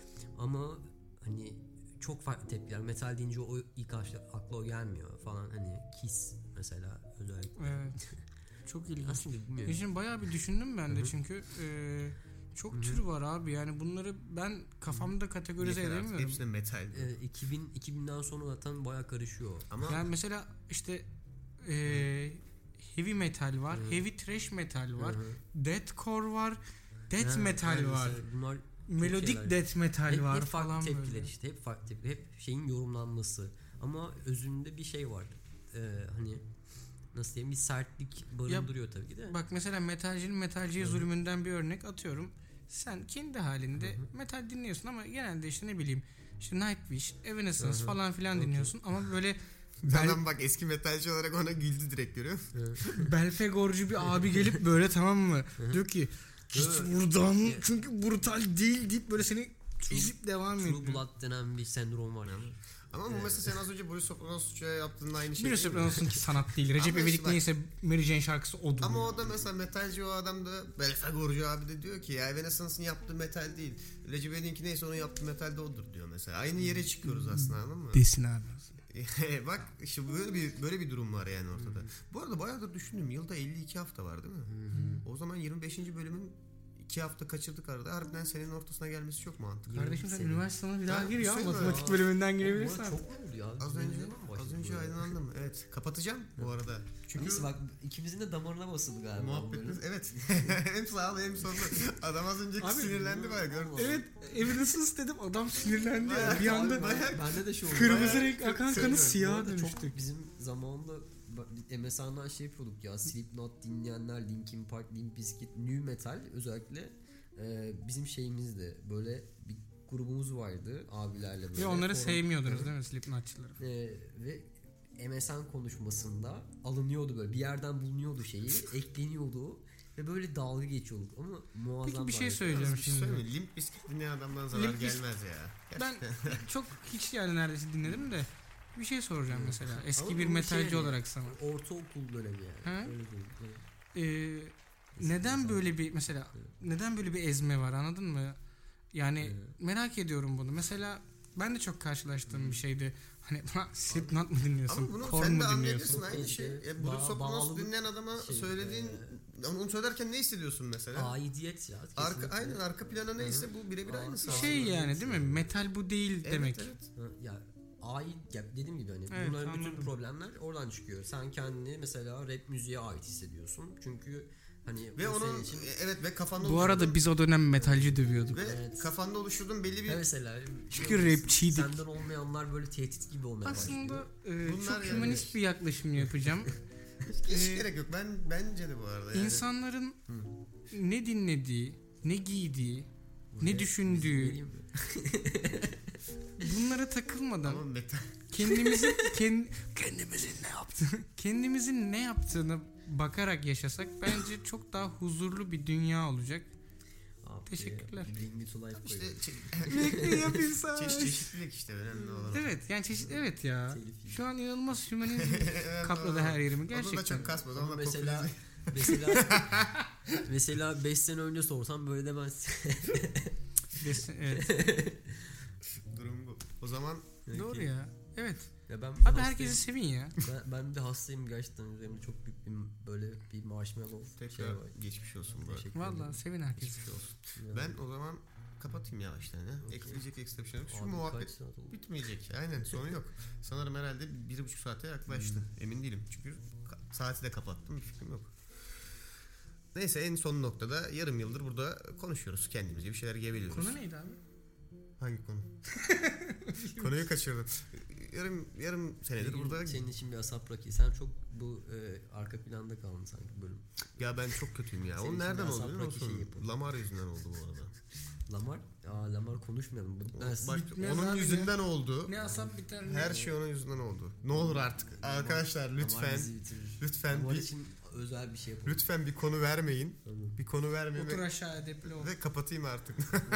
ama hani çok farklı tepkiler. Metal deyince o ilk akla o gelmiyor falan, hani Kiss mesela özellikle. Evet. Çok ilginç. Aslında Ya bilmiyorum. şimdi bayağı bir düşündüm ben de, Hı hı. çünkü e, çok tür var abi. Yani bunları ben kafamda kategorize Yeter artık, edemiyorum. hepsine metal. Ee, iki bin iki binden sonra zaten bayağı karışıyor. Ama Yani mesela işte e, heavy metal var, Hı. heavy thrash metal var, Hı hı. deathcore var, death Ha, metal aynen var, mesela bunlar melodik şeyler. death metal hep, var hep farklı falan tepkiler böyle. işte, hep farklı tepkiler, hep şeyin yorumlanması. Ama özünde bir şey var. Ee, hani nasıl diyeyim, bir sertlik barındırıyor tabii ki de. Bak mesela metalcinin metalciye Hı hı. zulmünden bir örnek atıyorum. Sen kendi halinde Hı hı. metal dinliyorsun ama genelde işte ne bileyim işte Nightwish, Evanescence Hı hı. falan filan Okey. dinliyorsun ama böyle bel, adam bak eski metalci olarak ona güldü direkt, görüyor musun? Belfegorcu bir abi gelip böyle, tamam mı? Diyor ki git Evet. buradan Evet. çünkü brutal değil deyip böyle seni ezip devam True ediyor. Blood denen bir sendrom var yani. Ama bu mesela sen az önce Boris Sopranos'cuya yaptığın aynı şey Bir değil mi? Sopranos'un ki sanat değil. Recep Ama İvedik işte bak- neyse Mary Jane şarkısı odur. Ama yani. o da mesela metalci, o adam da Belfagorcu abi de diyor ki ya Evanescence'ın yaptığı metal değil. Recep İvedik'inki neyse onun yaptığı metal de odur diyor mesela. Aynı yere çıkıyoruz aslında, anladın mı? Desin abi. Bak işte böyle bir böyle bir durum var yani ortada. Bu arada bayağı da düşündüm. Yılda elli iki hafta var değil mi? O zaman yirmi beşinci bölümün iki hafta kaçırdık arada. Harbiden senenin ortasına gelmesi çok mantıklı. Kardeşim sen Seni- üniversite sınavına bir daha Ha, gir ya. şey var. Matematik bölümünden girebilirsin. Ama çok mu oldu ya? Az önce Ne zaman başladı az önce bu? aydınlandım. Evet. Kapatacağım bu arada. Çünkü Neyse bak, ikimizin de damarına basıldı galiba. muhabbetiniz evet. hem sağlı hem sollu. Adam az önceki Abi, sinirlendi bayağı, gördün. Allah. Evet, Evanescence dedim, adam sinirlendi ya. Bir Bayağı- anda bayağı- bende de şey oldu. kırmızı Bayağı- renk akan kanı Söylüyorum. Bu siyaha arada çok dönüştü. bizim zamanında M S N'dan şey yapıyorduk ya, Slipknot dinleyenler, Linkin Park, Limp Bizkit, New Metal özellikle e, bizim şeyimizdi. Böyle bir grubumuz vardı abilerle böyle. Ve onları Forum- sevmiyordunuz değil mi Slipknotçıları? E, ve M S N konuşmasında alınıyordu, böyle bir yerden bulunuyordu şeyi, ekleniyordu. Ve böyle dalga geçiyorduk ama muazzam. Peki bir şey harika. söyleyeceğim Bir şey şimdi. söyleyeyim mi? Limp Bizkit dinleyen adamdan zarar Limp Bizkit- gelmez ya. Ben çok hiç yani neredeyse dinledim de bir şey soracağım mesela. Eski Ama bir bu metalci şey- olarak sana. Ortaokul dönemi yani. Ha? Öyle diyeyim. Evet. Ee, neden böyle bir mesela neden böyle bir ezme var, anladın mı? Yani Evet. merak ediyorum bunu. Mesela ben de çok karşılaştığım bir şeydi. Hani Slipknot mu dinliyorsun? Ama bunu Korn sen mu de dinliyorsun? anlayabilirsin aynı Evet, şey. evet. Ya, Blue Ba- Sopranos bağlılık dinleyen adama şey, söylediğin e, onu söylerken ne hissediyorsun mesela? Aidiyet ya. Arka, kesinlikle. aynen arka plana neyse bu birebir Aa, aynısı. Şey aslında. yani değil mi? Metal bu değil Evet, demek. evet. Ha, ya ait ya dediğim gibi hani Evet, bunların bütün anladım. problemler oradan çıkıyor. Sen kendini mesela rap müziğe ait hissediyorsun. Çünkü hani Ve o onun senin için evet ve kafanda Bu arada oluşturduğun- biz o dönem metalci dövüyorduk. ve Evet. kafanda oluşturduğun belli bir Ya mesela Çünkü biliyor musun, rapçiydik. Senden olmayanlar böyle tehdit gibi olmaya Aslında başlıyor. e, Bunlar çok yani- hümanist bir yaklaşım yapacağım. hiç Ee, gerek yok. Ben bence de bu arada yani. İnsanların ne dinlediği, ne giydiği, ne Buraya düşündüğü, vereyim mi? bunlara takılmadan Ama metal kendimizin kend, kendimizin ne yaptığını kendimizin ne yaptığını bakarak yaşasak bence çok daha huzurlu bir dünya olacak. Abi, Teşekkürler. Bring me to life işte koyuyorum. çe- yapayım sana? çeşit çeşitlilik işte önemli olan. Evet yani çeşit evet ya. Telif Şu an inanılmaz hümanizm Evet, kapladı doğru. her yerimi Onu da gerçekten. çok kasmadı. Ama Onu da mesela mesela mesela mesela beş sene önce sorsam böyle demez. Des- evet. durum bu. O zaman Doğru ya. Evet. Ya ben Abi hastayım. herkesi sevin ya. Ben, ben de hastayım gerçekten. Üzerimde çok büyük bir böyle bir marshmallow tekrar şey var. geçmiş olsun bu arada. Teşekkür Vallahi ederim. sevin herkesi. Geçmiş olsun. Ya. Ben o zaman kapatayım yavaştan ya. Okey. Ekleyecek ekstra bir şey yok. Şu Abi kaç muhabbet saat oldu? bitmeyecek. Aynen sonu yok. Sanırım herhalde bir buçuk saate yaklaştı. Emin değilim. Çünkü ka- saati de kapattım. Bir fikrim yok. Neyse en son noktada yarım yıldır burada konuşuyoruz. Kendimize bir şeyler geveliyoruz. Konu neydi abi? Hangi konu? Konuyu kaçırdım. Yarım yarım senedir Bir gün burada. senin için bir asap Rocky. Sen çok bu e, arka planda kaldın sanki bölüm. Ya ben çok kötüyüm ya. Senin O için nereden biraz oldu biliyor saprak işi musun? yapalım. Lamar yüzünden oldu bu arada. Lamar? Aa Lamar konuşmayalım. Bitmez. Bak, Bitmez onun abi yüzünden oldu. Ne asap biter ne. Her şey onun yüzünden oldu. Ne olur artık. Arkadaşlar Lamar lütfen bizi bitirir. lütfen Lamar bir için özel bir şey yapalım. lütfen bir konu vermeyin. Tamam. Bir konu Otur vermeyin aşağı edepli ol. ve kapatayım artık.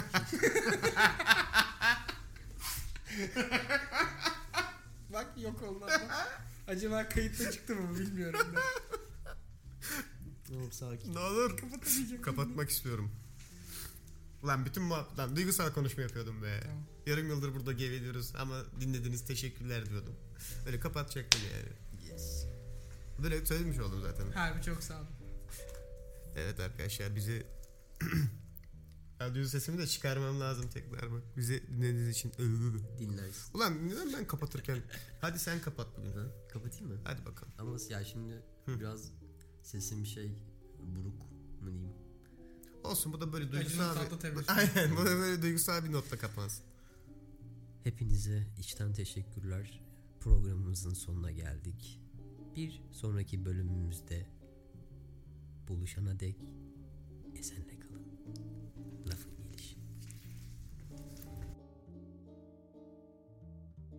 Bak yok oldu ama. Acaba kayıtta çıktı mı bilmiyorum da. Tamam sakin. Ne olur. Kapatamayacağım. Kapatmak istiyorum. Ulan bütün muhabbet, lan duygusal konuşma yapıyordum be. Tamam. Yarım yıldır burada geveliyoruz ama dinlediğiniz teşekkürler diyordum. Öyle kapatacaktım yani. Yes. Böyle söylemiş oldum zaten. Harbi çok sağ ol. Evet arkadaşlar bizi radyo sesimi de çıkarmam lazım tekrar bak. Bizi dinlediğiniz için Dinlersin. ulan neden ben kapatırken hadi sen kapat bugün. Ha? Kapatayım mı? Hadi bakalım. Ama ya şimdi Hı. biraz sesim şey buruk mu diyeyim. Olsun bu da böyle Acının duygusal tatlı bir... tebessümü. Aynen bu da böyle duygusal bir notla kapansın. Hepinize içten teşekkürler. Programımızın sonuna geldik. Bir sonraki bölümümüzde buluşana dek esenlikler.